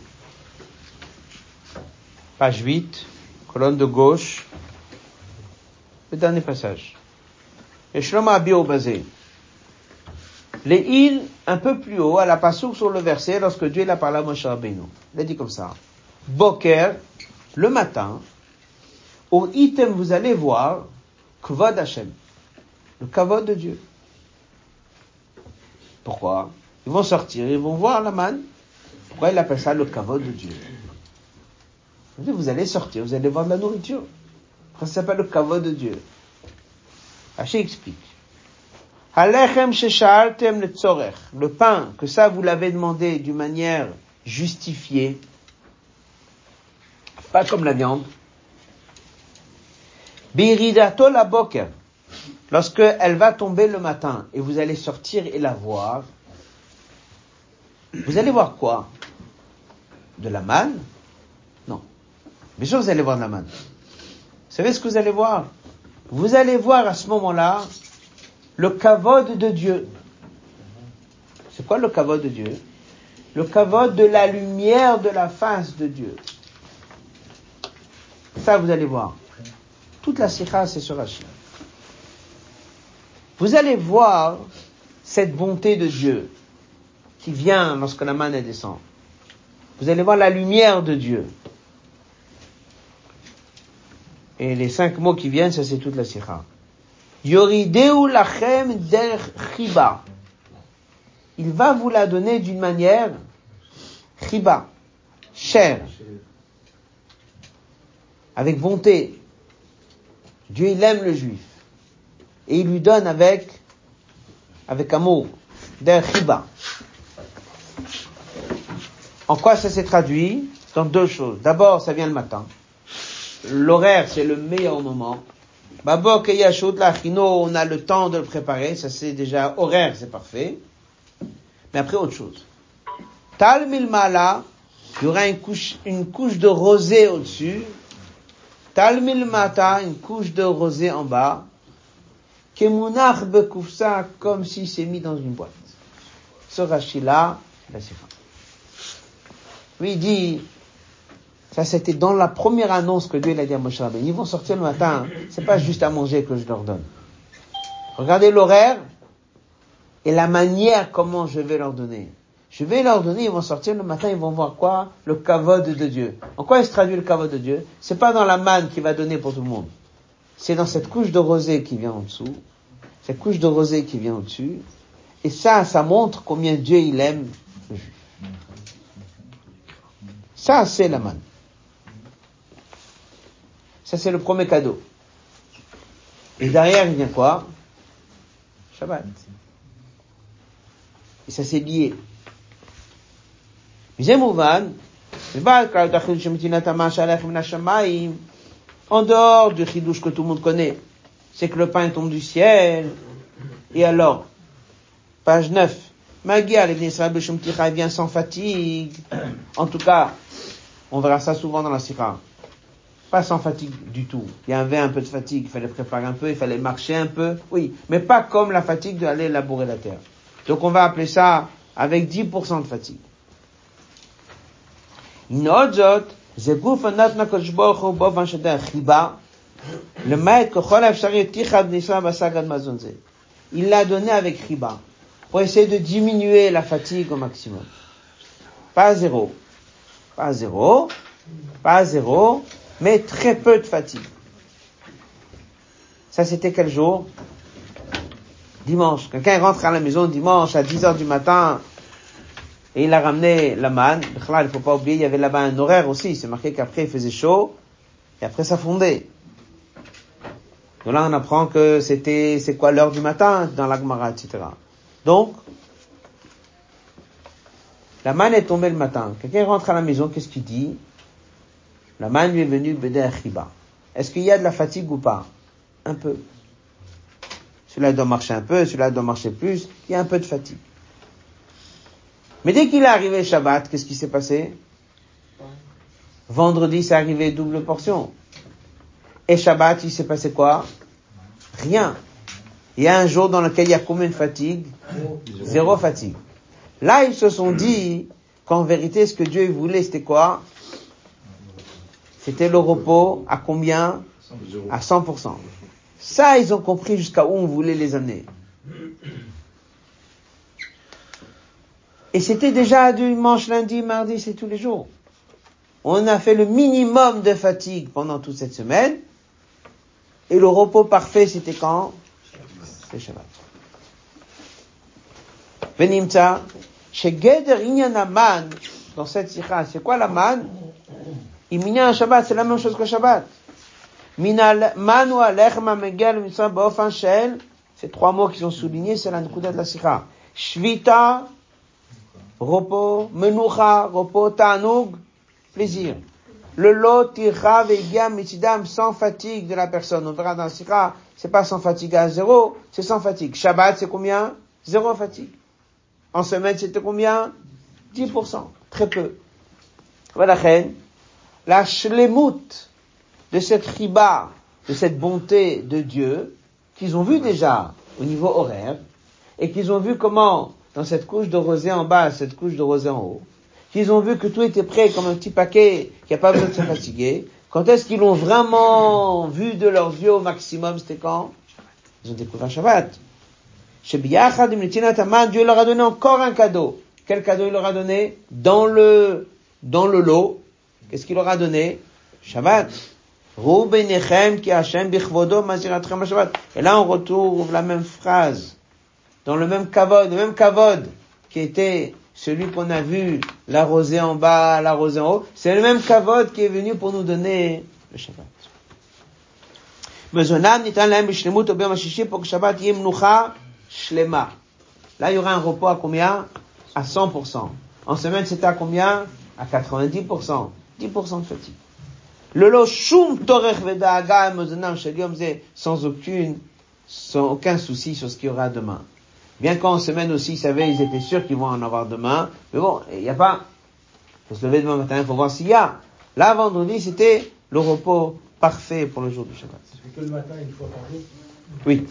Page 8, colonne de gauche, le dernier passage. Yeshlom Abio Bazé. Les îles, un peu plus haut, à la passouk sur le verset, lorsque Dieu l'a parlé à Moshe Rabbeinu. Il a dit comme ça. Boker, le matin, au item vous allez voir, Kvod Hashem. Le kavod de Dieu. Pourquoi? Ils vont sortir, ils vont voir la manne. Pourquoi il appelle ça le kavod de Dieu? Vous allez sortir, vous allez voir de la nourriture. Ça s'appelle le kavod de Dieu. Haché explique. Halechem sheshaltem le tzorech. Le pain, que ça vous l'avez demandé d'une manière justifiée. Pas comme la viande. Biridato la boker. Lorsque elle va tomber le matin et vous allez sortir et la voir, vous allez voir quoi? De la manne? Non. Bien sûr, vous allez voir de la manne. Vous savez ce que vous allez voir? Vous allez voir à ce moment-là le kavod de Dieu. C'est quoi le kavod de Dieu? Le kavod de la lumière de la face de Dieu. Ça, vous allez voir. Toute la sikha, c'est sur Rashi. Vous allez voir cette bonté de Dieu qui vient lorsque la manne descend. Vous allez voir la lumière de Dieu. Et les 5 mots qui viennent, ça c'est toute la sikha. Yorideu lachem der chiba. Il va vous la donner d'une manière chiba, chère, avec bonté. Dieu il aime le juif. Et il lui donne avec amour, der chiba. En quoi ça s'est traduit? Dans 2 choses. D'abord, ça vient le matin. L'horaire, c'est le meilleur moment. Babok et Yashut Lachino, on a le temps de le préparer. Ça, c'est déjà horaire, c'est parfait. Mais après, autre chose. Tal milmala, il y aura une couche de rosée au-dessus. Tal milmata, une couche de rosée en bas. Kemunach bekufsa, comme s'il s'est mis dans une boîte. Ce Rashi-là, la sikha. Lui, il dit, ça c'était dans la première annonce que Dieu il a dit à Moshe Rabbeinu. Ils vont sortir le matin, c'est pas juste à manger que je leur donne. Regardez l'horaire et la manière comment je vais leur donner. Je vais leur donner, ils vont sortir le matin, ils vont voir quoi? Le kavod de Dieu. En quoi il se traduit le kavod de Dieu? C'est pas dans la manne qu'il va donner pour tout le monde. C'est dans cette couche de rosée qui vient en dessous, cette couche de rosée qui vient au-dessus. Et ça montre combien Dieu il aime le juif. Ça, c'est la manne. Ça, c'est le premier cadeau. Et derrière, il vient quoi? Shabbat. Et ça, c'est lié. En dehors du chidouche que tout le monde connaît, c'est que le pain tombe du ciel. Et alors, page 9, Magia, les Israël B'Shum Ticha, vient sans fatigue. En tout cas, on verra ça souvent dans la sikha. Pas sans fatigue du tout. Il y avait un peu de fatigue, il fallait préparer un peu, il fallait marcher un peu. Oui, mais pas comme la fatigue d'aller labourer la terre. Donc on va appeler ça avec 10% de fatigue. Inozot, zeguf anatna koshbocho bovan shadeh chiba, le maître kochol afshari tichad nisra basagad mazonze. Il l'a donné avec chiba, pour essayer de diminuer la fatigue au maximum. Pas zéro, mais très peu de fatigue. Ça c'était quel jour? Dimanche. Quelqu'un rentre à la maison dimanche à 10h du matin, et il a ramené la manne. Il faut pas oublier, il y avait là-bas un horaire aussi. C'est marqué qu'après il faisait chaud, et après ça fondait. Donc là, on apprend que c'est quoi l'heure du matin dans la Gemara, etc. Donc, la manne est tombée le matin. Quelqu'un rentre à la maison, qu'est-ce qu'il dit? La manne lui est venue beder chiba. Est-ce qu'il y a de la fatigue ou pas? Un peu. Celui-là doit marcher un peu, celui-là doit marcher plus. Il y a un peu de fatigue. Mais dès qu'il est arrivé Shabbat, qu'est-ce qui s'est passé? Vendredi, c'est arrivé double portion. Et Shabbat, il s'est passé quoi? Rien. Il y a un jour dans lequel il y a combien de fatigue? Zéro fatigue. Là, ils se sont dit qu'en vérité, ce que Dieu voulait, c'était quoi? C'était le repos à combien? À 100%. Ça, ils ont compris jusqu'à où on voulait les amener. Et c'était déjà dimanche, lundi, mardi, c'est tous les jours. On a fait le minimum de fatigue pendant toute cette semaine. Et le repos parfait, c'était quand? C'est Shabbat. Venimtza, chez Geder Inyan Aman, dans cette sikha, c'est quoi la man? Imina Shabbat, c'est la même chose que Shabbat. Minal manu alechem megel mitzvah ba'ofan shel, c'est trois mots qui sont soulignés, c'est la nekuda de la sikha. Shvita, repos, menucha, repos, ta'anug, plaisir. Le lot tircha ve'gia mitzidam, sans fatigue de la personne. On verra dans la sikha, c'est pas sans fatigue à zéro, c'est sans fatigue. Shabbat, c'est combien? Zéro fatigue. En semaine, c'était combien? 10%. Très peu. Voilà, la shlemut de cette riba, de cette bonté de Dieu, qu'ils ont vu déjà au niveau horaire, et qu'ils ont vu comment, dans cette couche de rosée en bas, cette couche de rosée en haut, qu'ils ont vu que tout était prêt comme un petit paquet, qui n'a pas besoin de se fatiguer. Quand est-ce qu'ils l'ont vraiment vu de leurs yeux au maximum? C'était quand? Ils ont découvert Shabbat. Chez Biyachad, Dieu leur a donné encore un cadeau. Quel cadeau il leur a donné? Dans le lot. Qu'est-ce qu'il leur a donné? Shabbat. Et là, on retrouve la même phrase. Dans le même kavod, qui était celui qu'on a vu, la rosée en bas, la rosée en haut. C'est le même kavod qui est venu pour nous donner le Shabbat. Pour que Shabbat y ait mnucha shlema. Là, il y aura un repos à combien? À 100%. En semaine, c'était à combien? À 90%. 10% de fatigue. Le lo shum torech vedaaga emozonam shel zeh, sans aucun souci sur ce qu'il y aura demain. Bien qu'en semaine aussi, ils savaient, ils étaient sûrs qu'ils vont en avoir demain. Mais bon, il n'y a pas. Il faut se lever demain matin, il faut voir s'il y a. Là, vendredi, c'était le repos parfait pour le jour du Shabbat. C'est que le matin, une fois par jour. Oui.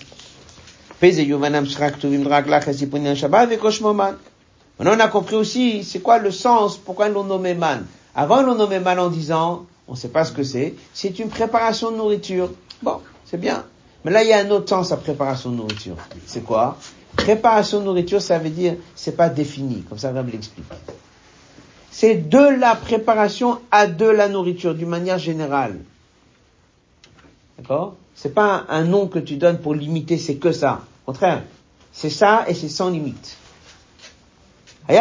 Maintenant, on a compris aussi, c'est quoi le sens, pourquoi ils l'ont nommé man. Avant, ils l'ont nommé man en disant, on ne sait pas ce que c'est une préparation de nourriture. Bon, c'est bien. Mais là, il y a un autre sens à préparation de nourriture. C'est quoi? Préparation de nourriture, ça veut dire, c'est pas défini, comme ça, Rab l'explique. C'est de la préparation à de la nourriture, d'une manière générale. D'accord? C'est pas un nom que tu donnes pour limiter, c'est que ça. Au contraire, c'est ça et c'est sans limite. Il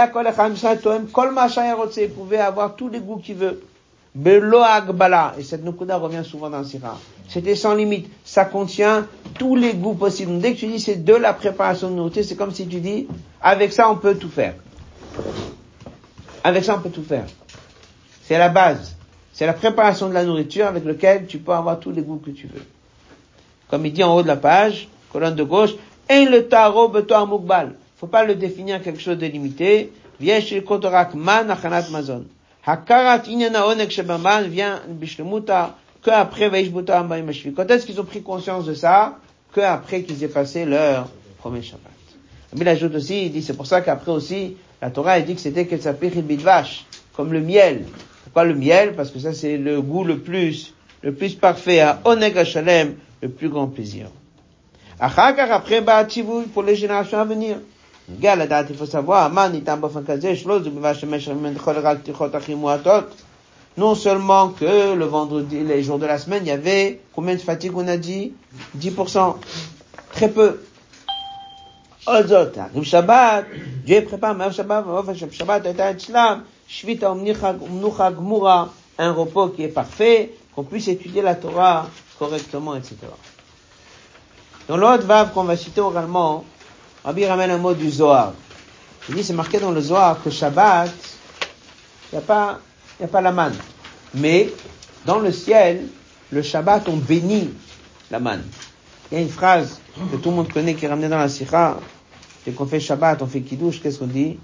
pouvait avoir tous les goûts qu'il veut. Belo agbala. Et cette nukuda revient souvent dans le Sira. C'était sans limite. Ça contient tous les goûts possibles. Dès que tu dis c'est de la préparation de nourriture, c'est comme si tu dis, avec ça on peut tout faire. Avec ça on peut tout faire. C'est la base. C'est la préparation de la nourriture avec laquelle tu peux avoir tous les goûts que tu veux. Comme il dit en haut de la page, colonne de gauche, en le taro beto amukbal. Faut pas le définir quelque chose de limité. Viesh kotorak man achanat mazon. Hakarat inyana onek shebaman vient bishlemuta que après vaishbuta ambaim mashvi. Quand est-ce qu'ils ont pris conscience de ça? Que après qu'ils aient passé leur premier Shabbat. Mais il ajoute aussi, il dit, c'est pour ça qu'après aussi, la Torah, elle dit que c'était ketzapichit bidvash, comme le miel. Pourquoi le miel? Parce que ça, c'est le goût le plus parfait à Oneg HaShalem, le plus grand plaisir. Achakar, après, ba'ativui, pour les générations à venir. Regarde, la date, il faut savoir, man, itam bafan kazeh, shlos, b'vashemesh, remen, chol, ral, tichot, achimuatot. Non seulement que le vendredi, les jours de la semaine, il y avait, combien de fatigue on a dit? 10%. Très peu. Ozot, arrive Shabbat, Dieu prépare même Shabbat, Shvita Umnucha Gmura, un repos qui est parfait, qu'on puisse étudier la Torah correctement, etc. Dans l'autre Vav qu'on va citer oralement, Rabbi ramène un mot du Zohar. Il dit, c'est marqué dans le Zohar que Shabbat, il n'y a pas la manne. Mais, dans le ciel, le Shabbat, on bénit la manne. Il y a une phrase que tout le monde connaît qui est ramenée dans la Sikha. Dès qu'on fait Shabbat, on fait Kiddush, qu'est-ce qu'on dit?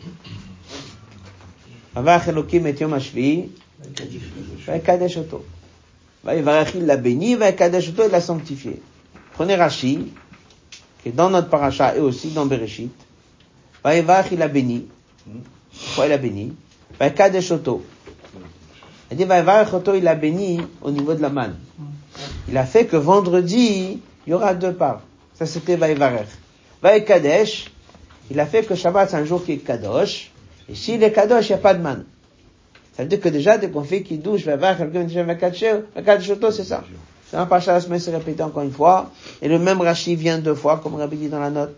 Avach Elokim et Yom HaShvi'i, Va'ekadesh Oto. Va'yivarech, il l'a béni, Va'ekadesh Oto, il l'a sanctifié. Prenez Rashi, qui est dans notre paracha et aussi dans Bereshit. Va'yivarech, il l'a béni. Pourquoi il l'a béni? Va'ekadesh Oto. Il dit Va'yivarech Oto, il l'a béni au niveau de la manne. Il a fait que vendredi, il y aura 2 parts. Ça c'était Va'yivarech. Va'ekadesh, il a fait que Shabbat c'est un jour qui est kadosh. Et s'il est kadosh, il n'y a pas de manne. Ça veut dire que déjà, dès qu'on fait Kiddush, Va'ikadesh Oto, c'est ça. C'est un pacha la semaine, c'est répété encore une fois. Et le même Rashi vient 2 fois, comme Rabbi dit dans la note.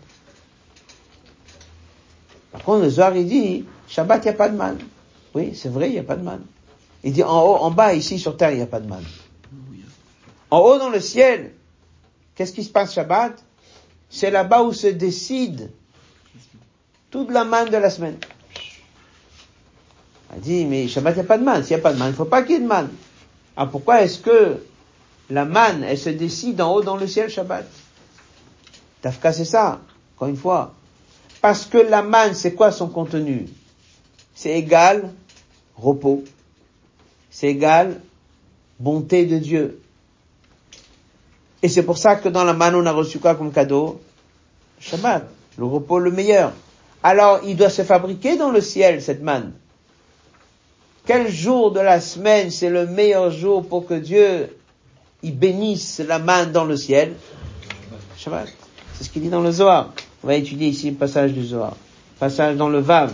Par contre, le Zohar, il dit, Shabbat, il n'y a pas de manne. Oui, c'est vrai, il n'y a pas de manne. Il dit, en haut, en bas, ici, sur terre, il n'y a pas de manne. En haut, dans le ciel, qu'est-ce qui se passe Shabbat? C'est là-bas où se décide toute la manne de la semaine. Il dit, mais Shabbat, il n'y a pas de manne. S'il n'y a pas de manne, il ne faut pas qu'il y ait de manne. Alors pourquoi est-ce que la manne, elle se décide en haut dans le ciel Shabbat? Tafka, c'est ça, encore une fois. Parce que la manne, c'est quoi son contenu? C'est égal repos. C'est égal bonté de Dieu. Et c'est pour ça que dans la manne, on a reçu quoi comme cadeau? Shabbat, le repos le meilleur. Alors, il doit se fabriquer dans le ciel, cette manne. Quel jour de la semaine, c'est le meilleur jour pour que Dieu, il bénisse la manne dans le ciel? Shabbat. C'est ce qu'il dit dans le Zohar. On va étudier ici le passage du Zohar. Passage dans le Vav.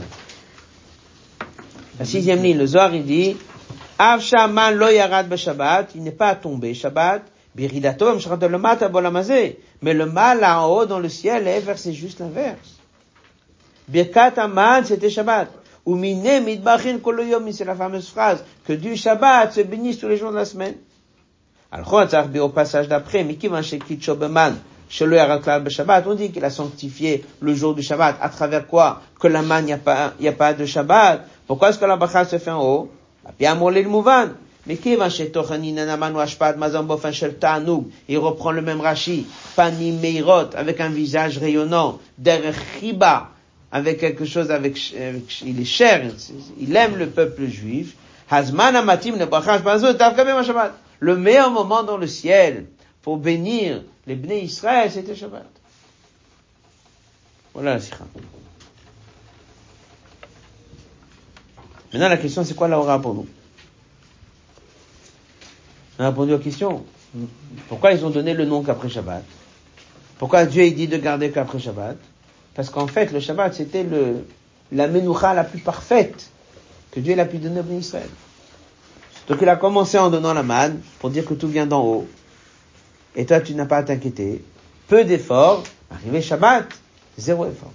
La 6e ligne, le Zohar, il dit, Av shaman lo yarad b'Shabbat, il n'est pas tombé Shabbat, biridato mshrat le mat abolamazé. Mais le mal là en haut dans le ciel est versé juste l'inverse. Birkat aman, c'était Shabbat. Ou mine midbachin kol yom, c'est la fameuse phrase que du Shabbat se bénisse tous les jours de la semaine. Alors, au passage d'après, Mikivan shekit shobeman, shelo yarad klal b'Shabbat, on dit qu'il a sanctifié le jour du Shabbat. À travers quoi? Que la manne, il n'y a pas de Shabbat. Pourquoi est-ce que la bracha se fait en haut? Bien molé le mouvan. Mais qui va chez Tochanin Anamanu Ashpad Mazam Bofan Shel Ta'anoug? Il reprend le même Rashi. Panim Meirot, avec un visage rayonnant. Derech Chiba, avec quelque chose il est cher, il aime le peuple juif. Hazman Amatim le Brachash Bazot Tavkabem Shabbat. Le meilleur moment dans le ciel pour bénir les Bnei Israël, c'était Shabbat. Voilà la sikha. Maintenant, la question, c'est quoi la hora pour nous? On a répondu aux questions. Pourquoi ils ont donné le nom qu'après Shabbat? Pourquoi Dieu il dit de garder qu'après Shabbat? Parce qu'en fait, le Shabbat, c'était la menoucha la plus parfaite que Dieu a pu donner au Bnei Israël. Donc il a commencé en donnant la manne pour dire que tout vient d'en haut. Et toi, tu n'as pas à t'inquiéter. Peu d'efforts. Arrivé Shabbat, 0 effort.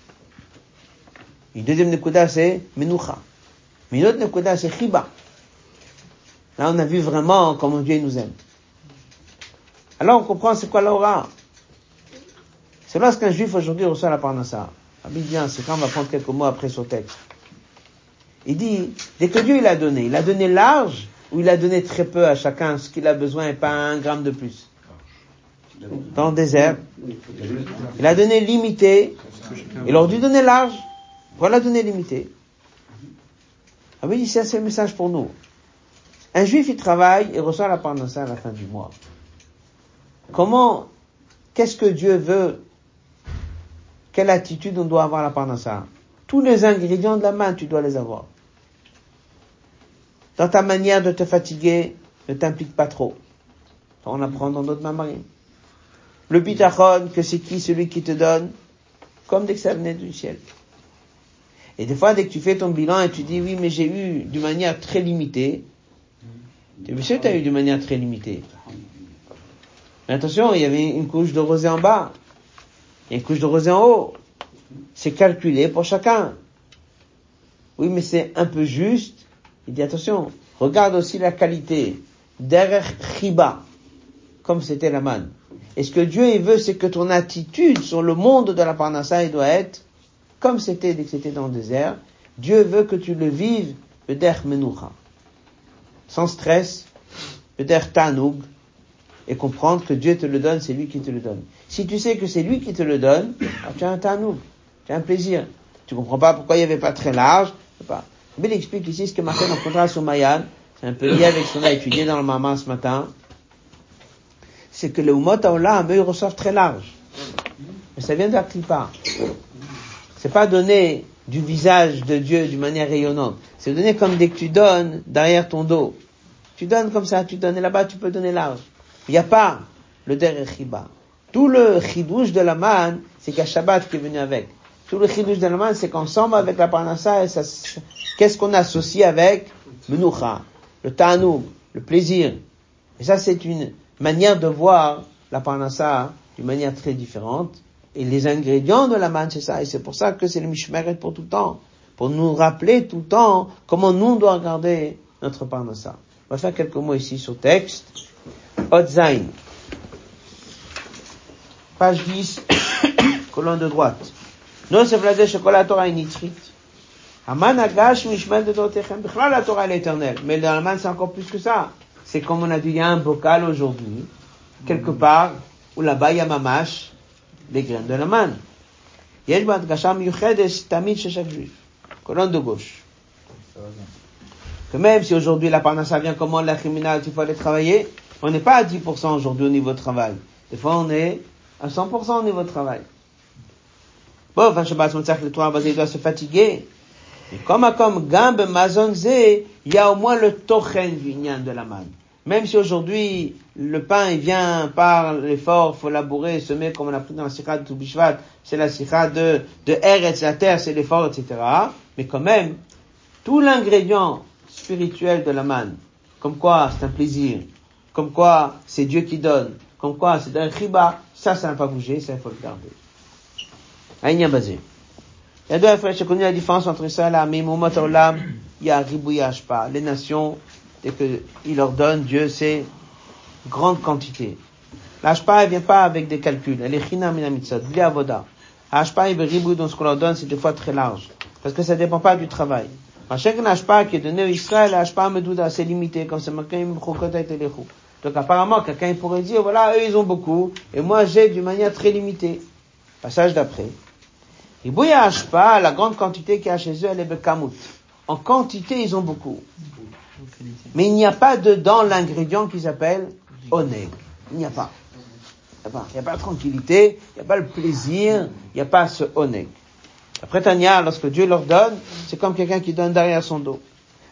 Une deuxième nekuda, c'est menoucha. Mais une autre nekuda, c'est chiba. Là, on a vu vraiment comment Dieu nous aime. Alors, on comprend c'est quoi l'aura. C'est lorsqu'un juif aujourd'hui reçoit la parnassa. Ah bien, c'est quand on va prendre quelques mots après son texte. Il dit, dès que Dieu il a donné large, ou il a donné très peu à chacun, ce qu'il a besoin et pas 1 gramme de plus. Dans le désert. Il a donné limité. Il aurait dû donner large. Pourquoi il a donné limité? Ah oui, c'est le message pour nous. Un juif, il travaille et reçoit la parnassa à la fin du mois. Qu'est-ce que Dieu veut? Quelle attitude on doit avoir à la parnassa? Tous les ingrédients de la main, tu dois les avoir. Dans ta manière de te fatiguer, ne t'implique pas trop. On apprend dans notre mamarim. Le bitachon, que c'est qui celui qui te donne? Comme dès que ça venait du ciel. Et des fois, dès que tu fais ton bilan et tu dis, oui, mais j'ai eu d'une manière très limitée. Tu es sûr que tu as eu d'une manière très limitée. Mais attention, il y avait une couche de rosée en bas. Il y a une couche de rosée en haut. C'est calculé pour chacun. Oui, mais c'est un peu juste. Il dit attention, regarde aussi la qualité. Derech chiba, comme c'était la manne. Et ce que Dieu il veut, c'est que ton attitude sur le monde de la parnassa, il doit être comme c'était dès que c'était dans le désert. Dieu veut que tu le vives, b'derech menucha. Sans stress, b'derech tanoug. Et comprendre que Dieu te le donne, c'est lui qui te le donne. Si tu sais que c'est lui qui te le donne, alors tu as un tanoug, tu as un plaisir. Tu comprends pas pourquoi il n'y avait pas très large, c'est pas. Mais il explique ici ce que marqué dans le contrat sur Mayan, c'est un peu lié avec ce qu'on a étudié dans le Mama ce matin, c'est que le Umot Haolam, eux, ils reçoivent très large. Mais ça vient de la Klippa. C'est pas donné du visage de Dieu d'une manière rayonnante. C'est donné comme dès que tu donnes derrière ton dos. Tu donnes comme ça, tu donnes, et là-bas tu peux donner large. Il n'y a pas le derech chiba. Tout le chidouche de la manne, c'est qu'il y a Shabbat qui est venu avec. Tout le chidouche de la manne, c'est qu'ensemble avec la parnassa, qu'est-ce qu'on associe avec menucha, le ta'anoug, le plaisir. Et ça, c'est une manière de voir la parnassa d'une manière très différente. Et les ingrédients de la manne, c'est ça. Et c'est pour ça que c'est le mishmeret pour tout le temps. Pour nous rappeler tout le temps comment nous on doit regarder notre parnassa. On va faire quelques mots ici sur le texte. Otzain. Page 10, colonne de droite. Nosef lazeh shekola la Torah initrit. Haman agash mishmel de dotechem. Bichlal la Torah est éternelle. Mais dans la manne, c'est encore plus que ça. C'est comme on a dit, il y a un bocal aujourd'hui, quelque part, où là-bas il y a mamash, les graines de la manne. Yesh ba adgasha miyuchedes tamid chez chaque juif. Colonne de gauche. Que même si aujourd'hui la parnassa vient comment la criminelle, il faut aller travailler, on n'est pas à 10% aujourd'hui au niveau de travail. Des fois on est à 100% au niveau de travail. Bon, enfin, Shabbat Motzach, le toit basé doit se fatiguer. Mais comme gambe mazon zé, il y a au moins le tochen du inyan de la manne. Même si aujourd'hui, le pain, il vient par l'effort, faut labourer, semer, comme on a pris dans la sikha de Toubishvat, c'est la sikha de Eretz, la terre, c'est l'effort, etc. Mais quand même, tout l'ingrédient spirituel de la manne, comme quoi c'est un plaisir, comme quoi c'est Dieu qui donne, comme quoi c'est un chiba, ça n'a pas bougé, ça il faut le garder. Aïnia basé. Il y a deux frères, j'ai connu la différence entre ça et la Mimumot Olam, il y a Ribouya Ashpa. Les nations, dès qu'il leur donne, Dieu, c'est grande quantité. L'Ashpa, elle vient pas avec des calculs. Elle est China Mina Mitzot, Bli Avoda. L'Ashpa, il veut Ribouya, donc ce qu'on leur donne, c'est des fois très large. Parce que ça dépend pas du travail. Chaque Ashpa qui est donné au Israël, l'Ashpa Medouda, c'est limité, comme c'est marqué, donc apparemment, quelqu'un pourrait dire, voilà, eux ils ont beaucoup, et moi j'ai d'une manière très limitée. Passage d'après. Ribouya Ashpa, la grande quantité qu'il y a chez eux, elle est bekamut. En quantité, ils ont beaucoup. Mais il n'y a pas dedans l'ingrédient qu'ils appellent oneg. Il n'y a pas. Il n'y a pas de tranquillité, il n'y a pas le plaisir, il n'y a pas ce oneg. Après Tania, lorsque Dieu leur donne, c'est comme quelqu'un qui donne derrière son dos.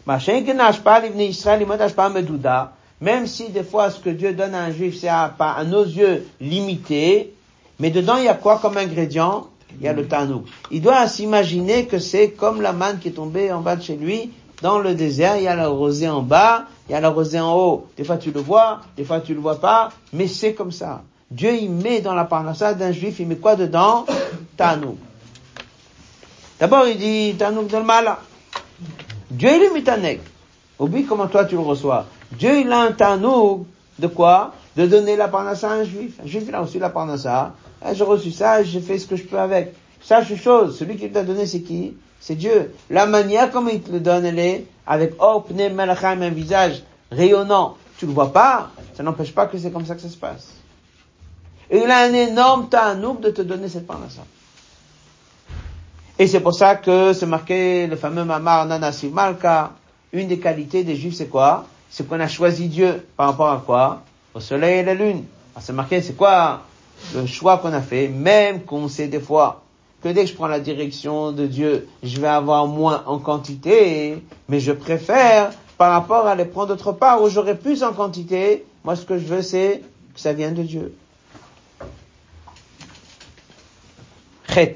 Même si des fois ce que Dieu donne à un juif, c'est à nos yeux limité, mais dedans il y a quoi comme ingrédient? Il y a le tanouk. Il doit s'imaginer que c'est comme la manne qui est tombée en bas de chez lui, dans le désert, il y a la rosée en bas, il y a la rosée en haut. Des fois tu le vois, des fois tu le vois pas, mais c'est comme ça. Dieu il met dans la parnassa d'un juif, il met quoi dedans? Tanouk. D'abord il dit tanouk de mala. Dieu il est mitanek. Oublie comment toi tu le reçois. Dieu il a un tanouk de quoi? De donner la parnassa à un juif. Un juif il a reçu la parnassa. J'ai reçu ça, j'ai fait ce que je peux avec. Sache une chose, celui qui t'a donné c'est qui? C'est Dieu. La manière comme il te le donne, elle est avec Pnei Melachim, un visage rayonnant. Tu le vois pas, ça n'empêche pas que c'est comme ça que ça se passe. Et il a un énorme ta'anouk de te donner cette parnassa. Et c'est pour ça que c'est marqué le fameux Mamar Nanasiv Malka. Une des qualités des Juifs, c'est quoi? C'est qu'on a choisi Dieu par rapport à quoi? Au soleil et la lune. Alors c'est marqué, c'est quoi le choix qu'on a fait? Même qu'on sait des fois que dès que je prends la direction de Dieu, je vais avoir moins en quantité, mais je préfère par rapport à les prendre d'autre part où j'aurai plus en quantité. Moi, ce que je veux, c'est que ça vienne de Dieu. Chet.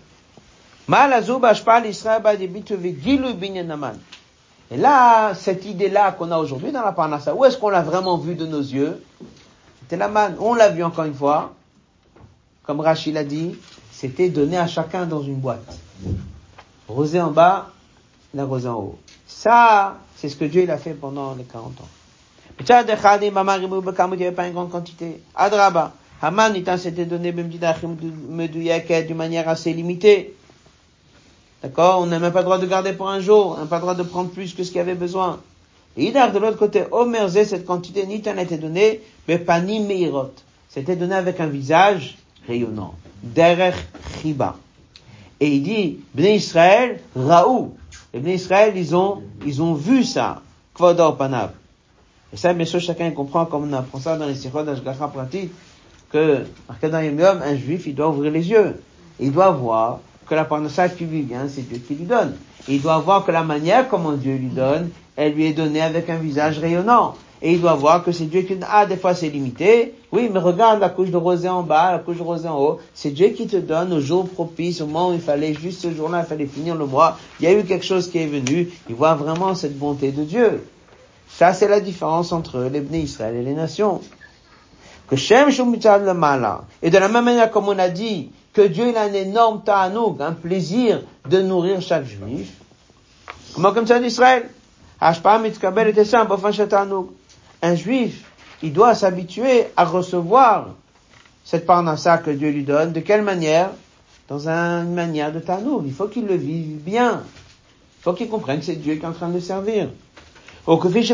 Et là, cette idée-là qu'on a aujourd'hui dans la parnassa, où est-ce qu'on l'a vraiment vu de nos yeux? C'était la manne. On l'a vu encore une fois, comme Rachid l'a dit, c'était donné à chacun dans une boîte. Rosée en bas, la rosée en haut. Ça, c'est ce que Dieu il a fait pendant les 40 ans. Il n'y avait pas une grande quantité. Adraba. Haman, s'était donné d'une manière assez limitée. D'accord? On n'a même pas le droit de garder pour un jour. On n'a pas le droit de prendre plus que ce qu'il y avait besoin. Et Idar, de l'autre côté, Omerze, cette quantité, Nitan a été donnée, mais pas ni meirot. C'était donné avec un visage rayonnant. Derech chiba. Et il dit, Bnei Israël, Raou. Les Bnei Israël, ils ont vu ça. Kvodor panav. Et ça, bien sûr, chacun comprend, comme on apprend ça dans les sikhot d'Ashgacha pratique, que, un juif, il doit ouvrir les yeux. Il doit voir que la parnassa qui lui vient, c'est Dieu qui lui donne. Et il doit voir que la manière comment Dieu lui donne, elle lui est donnée avec un visage rayonnant. Et il doit voir que c'est Dieu qui donne. Ah, des fois c'est limité. Oui, mais regarde la couche de rosée en bas, la couche de rosée en haut. C'est Dieu qui te donne au jour propice, au moment où il fallait, juste ce jour-là, il fallait finir le mois. Il y a eu quelque chose qui est venu. Il voit vraiment cette bonté de Dieu. Ça, c'est la différence entre les Bnei Israël et les nations. Que Shem Shumitzad le Mala. Et de la même manière, comme on a dit, que Dieu il a un énorme ta'anoug, un plaisir de nourrir chaque juif. Comment comme ça d'Israël? Hashpa mitkabel et ça, bofan ta'anoug. Un juif, il doit s'habituer à recevoir cette parnassa que Dieu lui donne. De quelle manière? Dans une manière de ta'anoug. Il faut qu'il le vive bien. Il faut qu'il comprenne que c'est Dieu qui est en train de le servir. Et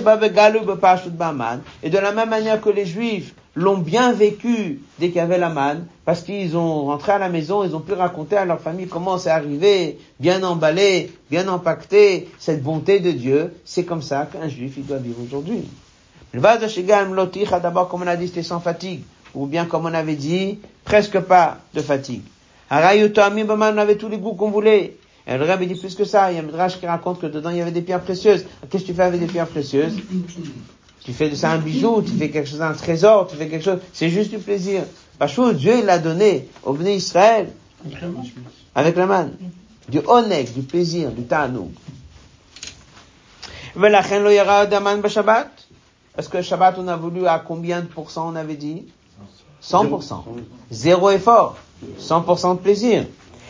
de la même manière que les Juifs l'ont bien vécu dès qu'il y avait la manne, parce qu'ils ont rentré à la maison, ils ont pu raconter à leur famille comment c'est arrivé, bien emballé, bien empaqueté, cette bonté de Dieu. C'est comme ça qu'un Juif, il doit vivre aujourd'hui. Le vase de Shigam Loticha, d'abord, comme on a dit, c'était sans fatigue, ou bien, comme on avait dit, presque pas de fatigue. Harayutamim, on avait tous les goûts qu'on voulait. Et le Rabbi dit plus que ça. Il y a un midrash qui raconte que dedans il y avait des pierres précieuses. Qu'est-ce que tu fais avec des pierres précieuses? Tu fais de ça un bijou, tu fais quelque chose, un trésor, tu fais quelque chose. C'est juste du plaisir. Parce que Dieu il l'a donné au Bnei Israël avec la manne. Du oneg, du plaisir, du ta'anoug. Parce que Shabbat on a voulu à combien de pourcents on avait dit? 100%. Zéro effort. 100% de plaisir.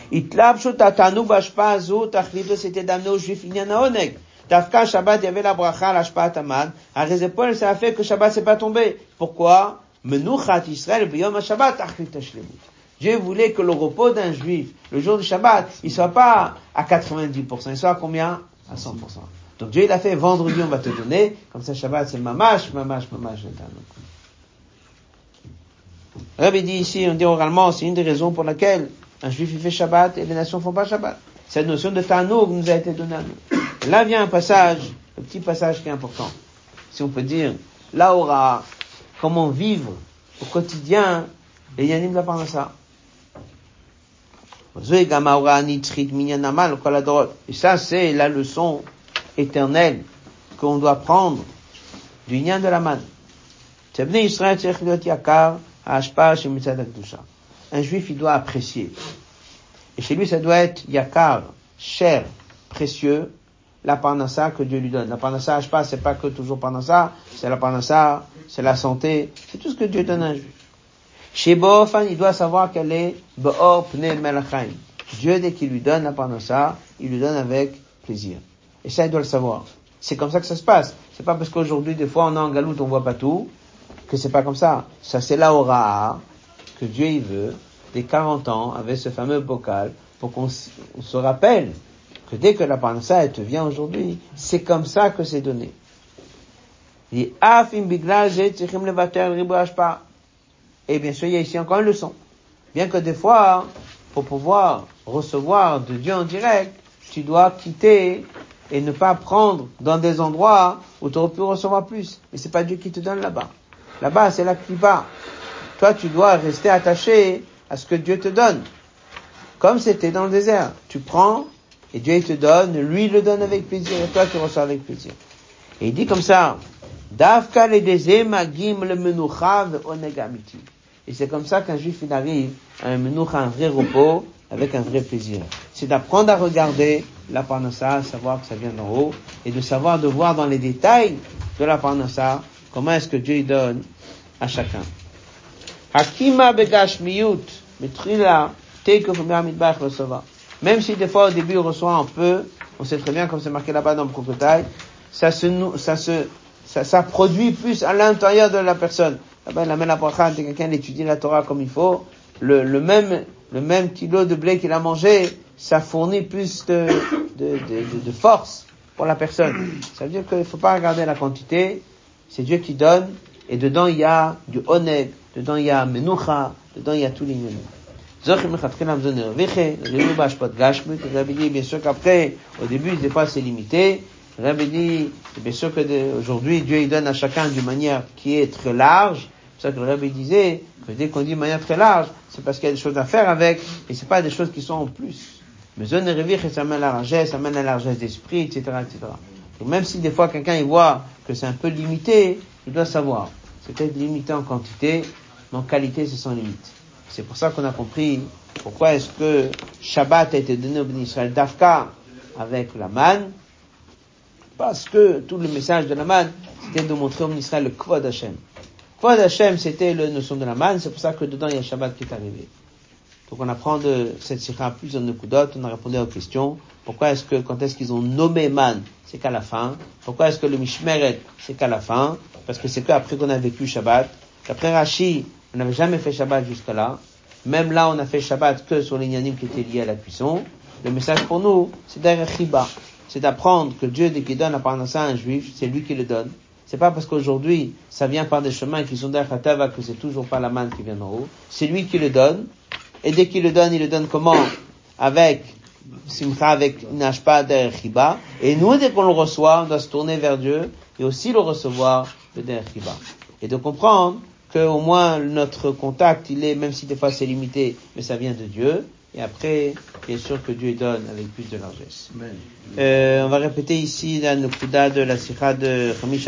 C'était d'amener aux Juifs Inyan Oneg. Tafka Shabbat, il y avait la bracha, la Shpat Aman. À Rezepol, ça a fait que Shabbat s'est pas tombé. Pourquoi? Menuchat Israël, B'yom Shabbat, Achlit Hashlemut. Dieu voulait que le repos d'un Juif, le jour du Shabbat, il soit pas à 90%, il soit à combien? À 100%. Donc Dieu, il a fait vendredi, on va te donner. Comme ça, Shabbat, c'est mamash. Rabbi dit ici, on dit oralement, c'est une des raisons pour laquelle un juif il fait Shabbat et les nations font pas Shabbat. Cette notion de ta'anoug nous a été donnée à nous. Et là vient un passage, le petit passage qui est important. Si on peut dire, là aura, comment vivre au quotidien les yanim de la parnassa. Et ça c'est la leçon éternelle qu'on doit prendre du yan de la manne. Un juif, il doit apprécier. Et chez lui, ça doit être yakar, cher, précieux, la parnassa que Dieu lui donne. La parnassa, c'est pas que toujours parnassa, c'est la parnassa, c'est la santé, c'est tout ce que Dieu donne à un juif. Chez Bo'ofan, il doit savoir qu'elle est Bo'or Pnei Melachim. Dieu, dès qu'il lui donne la parnassa, il lui donne avec plaisir. Et ça, il doit le savoir. C'est comme ça que ça se passe. C'est pas parce qu'aujourd'hui, des fois, on est en galoute, on voit pas tout, que c'est pas comme ça. Ça, c'est la aura que Dieu, il veut, des 40 ans, avec ce fameux bocal, pour qu'on se rappelle que dès que la parnassa, elle te vient aujourd'hui, c'est comme ça que c'est donné. Et bien sûr, il y a ici encore une leçon. Bien que des fois, pour pouvoir recevoir de Dieu en direct, tu dois quitter et ne pas prendre dans des endroits où tu aurais pu recevoir plus. Mais c'est pas Dieu qui te donne là-bas. Là-bas, c'est la klipa. Toi, tu dois rester attaché à ce que Dieu te donne. Comme c'était dans le désert. Tu prends, et Dieu il te donne, lui il le donne avec plaisir, et toi tu reçois avec plaisir. Et il dit comme ça, Davka le dezem agim le menucha ve'oneg amiti. Et c'est comme ça qu'un juif il arrive à un menucha, un vrai repos, avec un vrai plaisir. C'est d'apprendre à regarder la parnassa, savoir que ça vient d'en haut, et de savoir, de voir dans les détails de la parnassa, comment est-ce que Dieu donne à chacun. Hakima begashmiyut, metrila Même si des fois au début on reçoit un peu, on sait très bien comme c'est marqué là-bas dans le Kokotai, ça produit plus à l'intérieur de la personne. Là-bas, la même bracha, quelqu'un étudie la Torah comme il faut, le même kilo de blé qu'il a mangé, ça fournit plus de force pour la personne. Ça veut dire qu'il faut pas regarder la quantité, c'est Dieu qui donne, et dedans il y a du oneg, dedans il y a menucha, dedans il y a tous les menus. Bien sûr qu'après, au début, des fois c'est limité. Le Rabbi dit, bien sûr que aujourd'hui, Dieu il donne à chacun d'une manière qui est très large. C'est pour ça que le Rabbi disait que dès qu'on dit de manière très large, c'est parce qu'il y a des choses à faire avec, et c'est pas des choses qui sont en plus. Mais ça amène la largesse d'esprit, etc., etc. Donc même si des fois quelqu'un il voit que c'est un peu limité, il doit savoir. C'est peut-être limité en quantité, mais en qualité c'est sans limite. C'est pour ça qu'on a compris pourquoi est-ce que Shabbat a été donné au Béni Israël d'Afka avec la manne. Parce que tout le message de la manne, c'était de montrer au Béni Israël le Kvod Hashem. Kvod Hashem, c'était la notion de la manne, c'est pour ça que dedans il y a Shabbat qui est arrivé. Donc on apprend de cette sikha plusieurs nekudot, on a répondu aux questions. Pourquoi est-ce que, quand est-ce qu'ils ont nommé man, c'est qu'à la fin? Pourquoi est-ce que le mishmeret, c'est qu'à la fin? Parce que c'est qu'après qu'on a vécu Shabbat. D'après Rashi, on n'avait jamais fait Shabbat jusqu'à là. Même là, on a fait Shabbat que sur les inyanim qui étaient liés à la cuisson. Le message pour nous, c'est derrière Chiba. C'est d'apprendre que Dieu, dès qu'il donne la parnassa à un juif, c'est lui qui le donne. C'est pas parce qu'aujourd'hui, ça vient par des chemins qui sont derrière Hatava que c'est toujours pas la manne qui vient d'en haut. C'est lui qui le donne. Et dès qu'il le donne comment? Avec simcha, avec une hashpa derrière Chiba. Et nous, dès qu'on le reçoit, on doit se tourner vers Dieu et aussi le recevoir de derrière Chiba. Et de comprendre que au moins notre contact, il est, même si des fois c'est limité, mais ça vient de Dieu. Et après, bien sûr que Dieu donne avec plus de largesse. On va répéter ici la nukuda de la sikha de Chamisha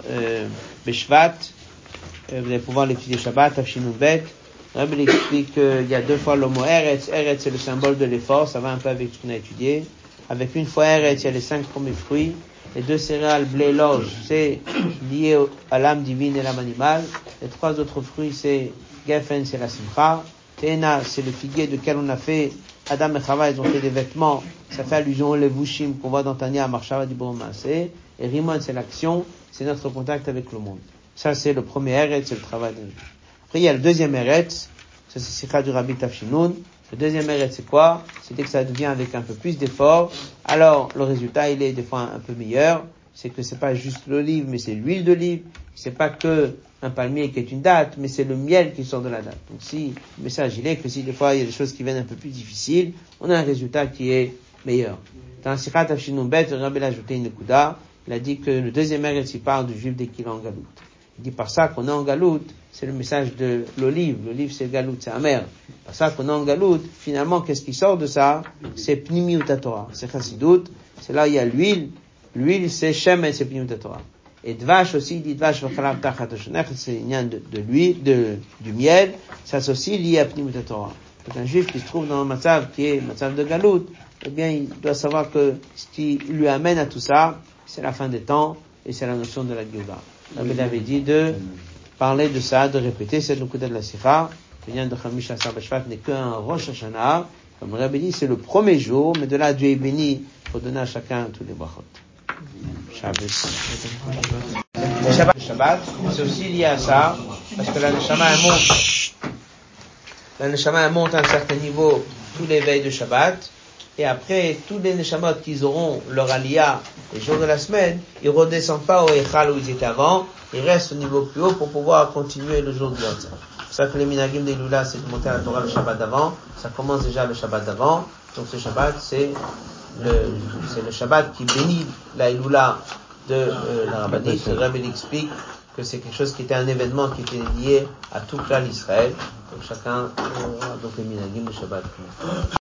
Beshvat. Vous allez pouvoir l'étudier Shabbat, Tafshinun Bet. Rabbi explique qu'il y a deux fois le mot Eretz. Eretz, c'est le symbole de l'effort. Ça va un peu avec ce qu'on a étudié. Avec une fois Eretz, il y a les 5 premiers fruits. Les 2 céréales, blé, l'orge, c'est lié à l'âme divine et l'âme animale. Les 3 autres fruits, c'est Geffen, c'est la Simcha. Tena, c'est le figuier duquel on a fait Adam et Chava, ils ont fait des vêtements. Ça fait allusion au Levushim qu'on voit dans Tanya, Marshava du Bon Maaseh. Et Rimon, c'est l'action. C'est notre contact avec le monde. Ça, c'est le premier Eretz, c'est le travail de Dieu. Après, il y a le deuxième Eretz, ça c'est Sikha du Rabbi Tafshinun. Le deuxième Eretz, c'est quoi? C'est dès que ça devient avec un peu plus d'effort. Alors, le résultat, il est des fois un peu meilleur. C'est que c'est pas juste l'olive, mais c'est l'huile d'olive. C'est pas que un palmier qui est une date, mais c'est le miel qui sort de la date. Donc si, le message, il est que si des fois il y a des choses qui viennent un peu plus difficiles, on a un résultat qui est meilleur. Dans Sikha Tafshinun Bet, le Rabbi l'a ajouté une kuda. Il a dit que le deuxième Eretz, il parle du juif dès qu'il est en galoute. Il dit par ça qu'on est en galoute, c'est le message de l'olive. L'olive, c'est le galoute, c'est amer. Par ça qu'on est en galoute, finalement, qu'est-ce qui sort de ça? C'est Pnimiut Torah. C'est Chassidut. C'est là où il y a l'huile. L'huile, c'est Shem et c'est Pnimiut Torah. Et Dvash aussi, il dit Dvash v'chalav tachat hashonech, c'est une de l'huile, du miel. Ça, c'est aussi lié à Pnimiut Torah. Donc, un juif qui se trouve dans un matzav qui est matzav de galoute, eh bien, il doit savoir que ce qui lui amène à tout ça, c'est la fin des temps, et c'est la notion de la Géoula. Il avait dit de parler de ça, de répéter cette nukuda de la sikha. Le lien de Chamisha Beshvat n'est qu'un Rosh Hashanah. Comme le Rabbi dit, c'est le premier jour, mais de là, Dieu est béni pour donner à chacun tous les brachot. Shabbos. Le Shabbat, c'est aussi lié à ça, parce que la neshama monte à un certain niveau tous les veilles de Shabbat. Et après, tous les neshamot qu'ils auront leur aliyah les jours de la semaine, ils redescendent pas au Echal où ils étaient avant, ils restent au niveau plus haut pour pouvoir continuer le jour du Yom. C'est pour ça que les minagim des Lula, c'est de monter à la Torah le Shabbat d'avant. Ça commence déjà le Shabbat d'avant. Donc ce Shabbat, c'est le Shabbat qui bénit la Lula de la rabbinite. Le Rabbi explique que c'est quelque chose qui était un événement qui était lié à tout l'Israël. Donc chacun, donc les minagim du Shabbat.